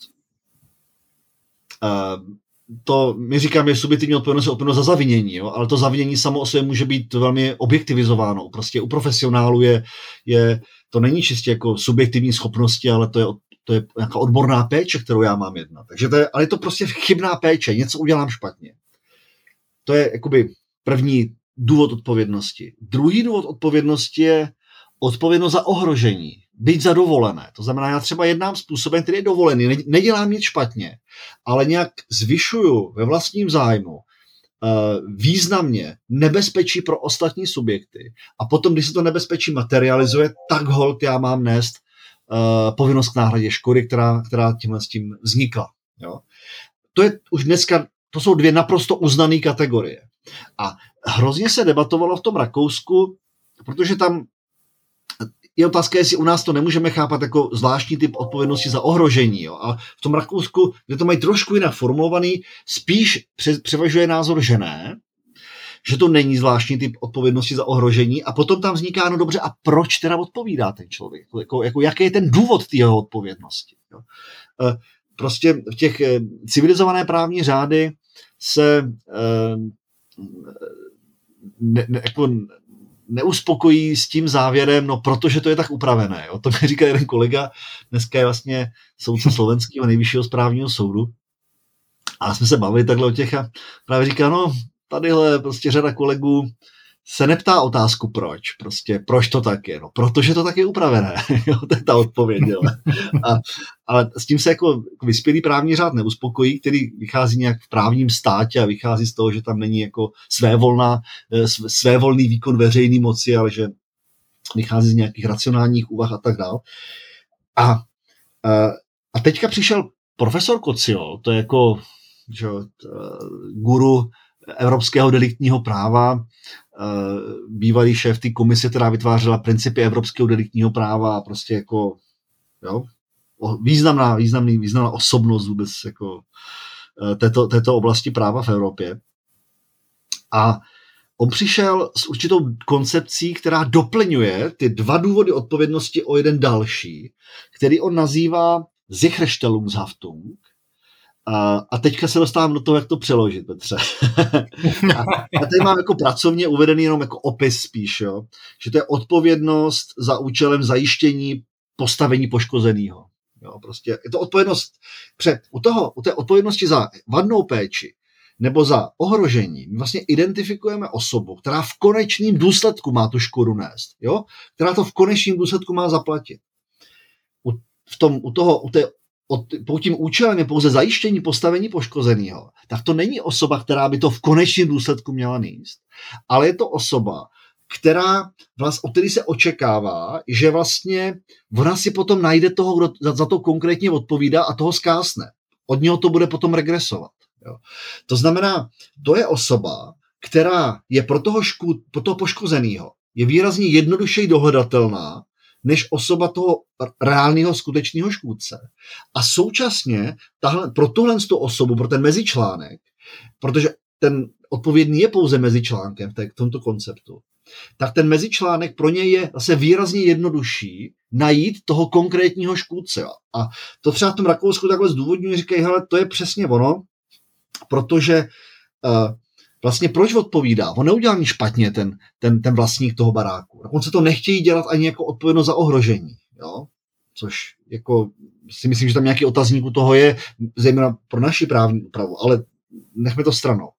Uh, to my říkáme, že subjektivní odpovědnost je odpovědnost za zavinění, jo, ale to zavinění samo o sobě může být velmi objektivizováno. Prostě u profesionálu je, je to není čistě jako subjektivní schopnosti, ale to je, to je nějaká odborná péče, kterou já mám jednat. Takže to je, ale je to prostě chybná péče, něco udělám špatně. To je jakoby první důvod odpovědnosti. Druhý důvod odpovědnosti je odpovědnost za ohrožení, být za dovolené. To znamená, já třeba jednám způsobem, který je dovolený, nedělám nic špatně, ale nějak zvyšuju ve vlastním zájmu významně nebezpečí pro ostatní subjekty. A potom, když se to nebezpečí materializuje, tak holt já mám nést povinnost k náhradě škody, která, která tímhle s tím vznikla. Jo? To je už dneska, to jsou dvě naprosto uznané kategorie. A hrozně se debatovalo v tom Rakousku, protože tam je otázka, jestli u nás to nemůžeme chápat jako zvláštní typ odpovědnosti za ohrožení. Jo? A v tom Rakousku, kde to mají trošku jinak formulovaný, spíš převažuje názor, že ne, že to není zvláštní typ odpovědnosti za ohrožení a potom tam vzniká, no dobře, a proč teda odpovídá ten člověk? Jako, jako, jaký je ten důvod té jeho odpovědnosti? Jo? Prostě v těch civilizované právní řády se ne, ne, jako neuspokojí s tím závěrem, no protože to je tak upravené. Jo? To mi říká jeden kolega, dneska je vlastně soudce slovenského nejvyššího správního soudu. A jsme se bavili takhle o těch a právě říká, no tadyhle prostě řada kolegů se neptá otázku proč, prostě proč to tak je, no protože to tak je upravené, jo, to je ta odpověď, jo. A, ale s tím se jako, jako vyspělý právní řád neuspokojí, který vychází nějak v právním státě a vychází z toho, že tam není jako svévolná, svévolný výkon veřejné moci, ale že vychází z nějakých racionálních úvah a tak dále. A, a teďka přišel profesor Kocio, to je jako že, guru evropského deliktního práva, bývalý šéf té komise, která vytvářela principy evropského deliktního práva a prostě jako jo, významná, významný, významná osobnost vůbec jako této, této oblasti práva v Evropě. A on přišel s určitou koncepcí, která doplňuje ty dva důvody odpovědnosti o jeden další, který on nazývá Sicherstellungshaftung. A, a teďka se dostávám do toho, jak to přeložit, Petře. a, a tady mám jako pracovně uvedený jenom jako opis spíš, jo? Že to je odpovědnost za účelem zajištění postavení poškozeného. Jo? Prostě je to odpovědnost, pře, u, toho, u té odpovědnosti za vadnou péči nebo za ohrožení my vlastně identifikujeme osobu, která v konečném důsledku má tu škodu nést, jo? Která to v konečném důsledku má zaplatit. U, v tom, u, toho, u té Pokud tím účelem je pouze zajištění postavení poškozeného, tak to není osoba, která by to v konečném důsledku měla nést, ale je to osoba, která, od který se očekává, že vlastně ona si potom najde toho, kdo za, za to konkrétně odpovídá a toho zkásne. Od něho to bude potom regresovat. Jo. To znamená, to je osoba, která je pro toho, škůd, pro toho poškozeného je výrazně jednodušeji dohledatelná, než osoba toho reálného skutečného škůdce. A současně tahle, pro tuhle osobu, pro ten mezičlánek, protože ten odpovědný je pouze mezičlánkem v, té, v tomto konceptu, tak ten mezičlánek pro něj je zase výrazně jednodušší najít toho konkrétního škůdce. A to třeba v tom Rakousku takhle zdůvodňuji, říkají, hele, to je přesně ono, protože uh, vlastně proč odpovídá? On neudělal nic špatně, ten, ten, ten vlastník toho baráku. Dokonce to nechtějí dělat ani jako odpovědnost za ohrožení. Jo? Což jako si myslím, že tam nějaký otazník u toho je, zejména pro naši právní úpravu, ale nechme to stranou.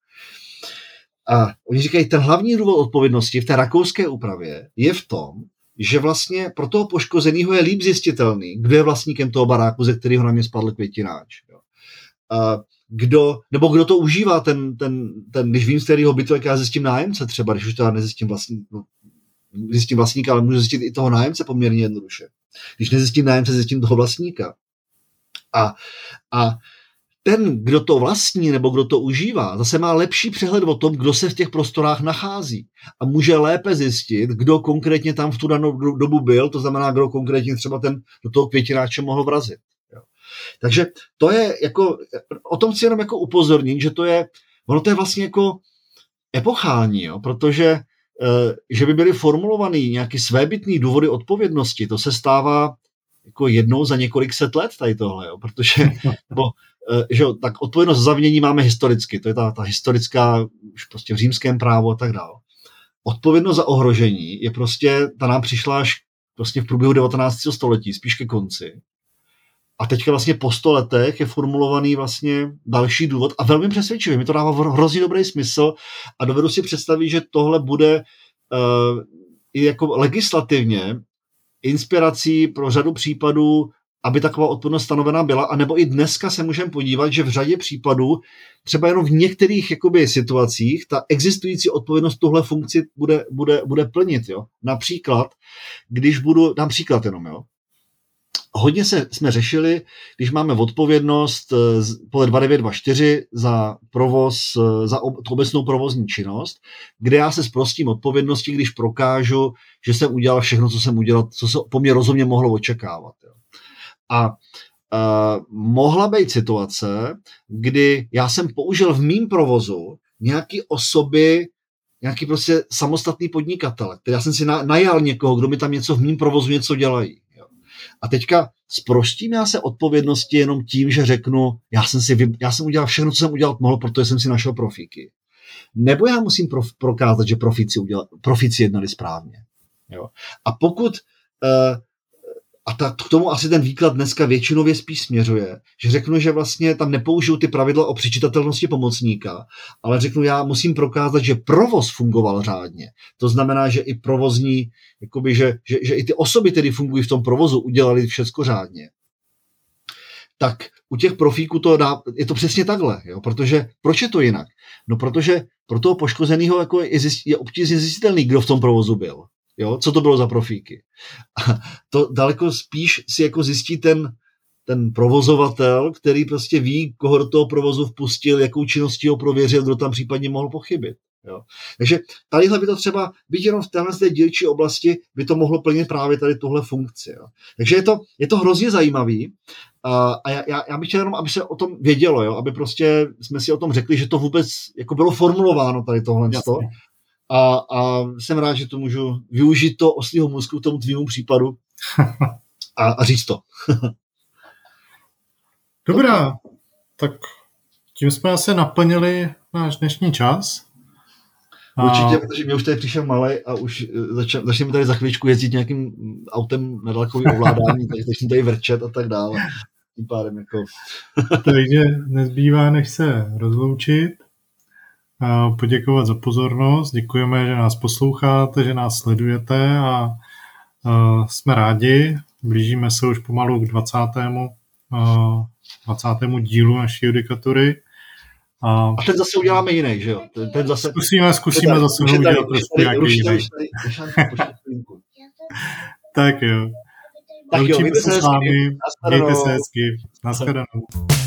A oni říkají, ten hlavní důvod odpovědnosti v té rakouské úpravě je v tom, že vlastně pro toho poškozeného je líp zjistitelný, kdo je vlastníkem toho baráku, ze kterého na mě spadl květináč. Jo? A kdo, nebo kdo to užívá, ten, ten, ten když vím, z kterého bytu, jak já zjistím nájemce třeba, když už teda nezjistím vlastník, no, zjistím vlastníka, ale můžu zjistit i toho nájemce poměrně jednoduše. Když nezjistím nájemce, zjistím toho vlastníka. A, a ten, kdo to vlastní nebo kdo to užívá, zase má lepší přehled o tom, kdo se v těch prostorách nachází a může lépe zjistit, kdo konkrétně tam v tu danou dobu byl, to znamená, kdo konkrétně třeba ten do toho květináče mohl vrazit. Jo. Takže to je jako, o tom chci jenom jako upozornit, že to je, ono to je vlastně jako epochální, jo, protože že by byly formulovaný nějaký svébytný důvody odpovědnosti, to se stává jako jednou za několik set let tady tohle, jo, protože bo, že jo, tak odpovědnost za zavinění máme historicky, to je ta, ta historická, už prostě v římském právu a tak dále. Odpovědnost za ohrožení je prostě, ta nám přišla až prostě v průběhu devatenáctého století, spíš ke konci. A teďka vlastně po sto letech je formulovaný vlastně další důvod a velmi přesvědčivý. Mi to dává hrozně dobrý smysl a dovedu si představit, že tohle bude uh, i jako legislativně inspirací pro řadu případů, aby taková odpovědnost stanovená byla, anebo i dneska se můžeme podívat, že v řadě případů, třeba jenom v některých jakoby, situacích, ta existující odpovědnost tuhle funkci bude, bude, bude plnit. Jo? Například, když budu, dám příklad jenom, jo? hodně se, jsme řešili, když máme odpovědnost podle dva devět dva čtyři za provoz, za ob, obecnou provozní činnost, kde já se zprostím odpovědnosti, když prokážu, že jsem udělal všechno, co jsem udělal, co se po mně rozumně mohlo očekávat. Jo. A Uh, mohla být situace, kdy já jsem použil v mým provozu nějaký osoby, nějaký prostě samostatný podnikatele, který já jsem si na, najal někoho, kdo mi tam něco v mým provozu něco dělají. Jo. A teďka zprostím já se odpovědnosti jenom tím, že řeknu, já jsem, si, já jsem udělal všechno, co jsem udělat mohl, protože jsem si našel profíky. Nebo já musím prof, prokázat, že profíci, udělali, profíci jednali správně. Jo. A pokud uh, A ta, k tomu asi ten výklad dneska většinově spíš směřuje, že řeknu, že vlastně tam nepoužiju ty pravidla o přičitatelnosti pomocníka, ale řeknu, já musím prokázat, že provoz fungoval řádně. To znamená, že i provozní, jakoby, že, že, že i ty osoby, které fungují v tom provozu, udělali všecko řádně. Tak u těch profíků to dá, je to přesně takhle, jo? Protože proč je to jinak? No protože pro toho poškozeného jako je, je obtížně zjistitelný, kdo v tom provozu byl. Jo, co to bylo za profíky. A to daleko spíš si jako zjistí ten, ten provozovatel, který prostě ví, koho do toho provozu vpustil, jakou činností ho prověřil, kdo tam případně mohl pochybit. Jo. Takže tadyhle by to třeba, byť jenom v téhle dílčí oblasti, by to mohlo plnit právě tady tuhle funkci. Jo. Takže je to, je to hrozně zajímavý a, a já, já bych chtěl jenom, aby se o tom vědělo, jo, aby prostě jsme si o tom řekli, že to vůbec jako bylo formulováno tady tohle. A, a jsem rád, že to můžu využít to oslího mozku k tomu tvýmu případu a, a říct to. Dobrá, tak tím jsme asi naplnili náš dnešní čas. Určitě, a... protože mě už tady přišel malej a už začne, začneme tady za chvíličku jezdit nějakým autem na dálkový ovládání, takže začneme tady vrčet a tak dále. Tím pádem jako... Takže nezbývá, než se rozloučit. A poděkovat za pozornost. Děkujeme, že nás posloucháte, že nás sledujete a, a jsme rádi. Blížíme se už pomalu k dvacátému dvacátému dílu naší judikatury. A, a ten zase uděláme jiný, že jo? Ten, ten zase... Zkusíme, zkusíme tady, zase ho udělat trošku nějaký jiný. Tak jo. Tak jo, Loučíme se s vámi. Mějte se hezky. Naschledanou.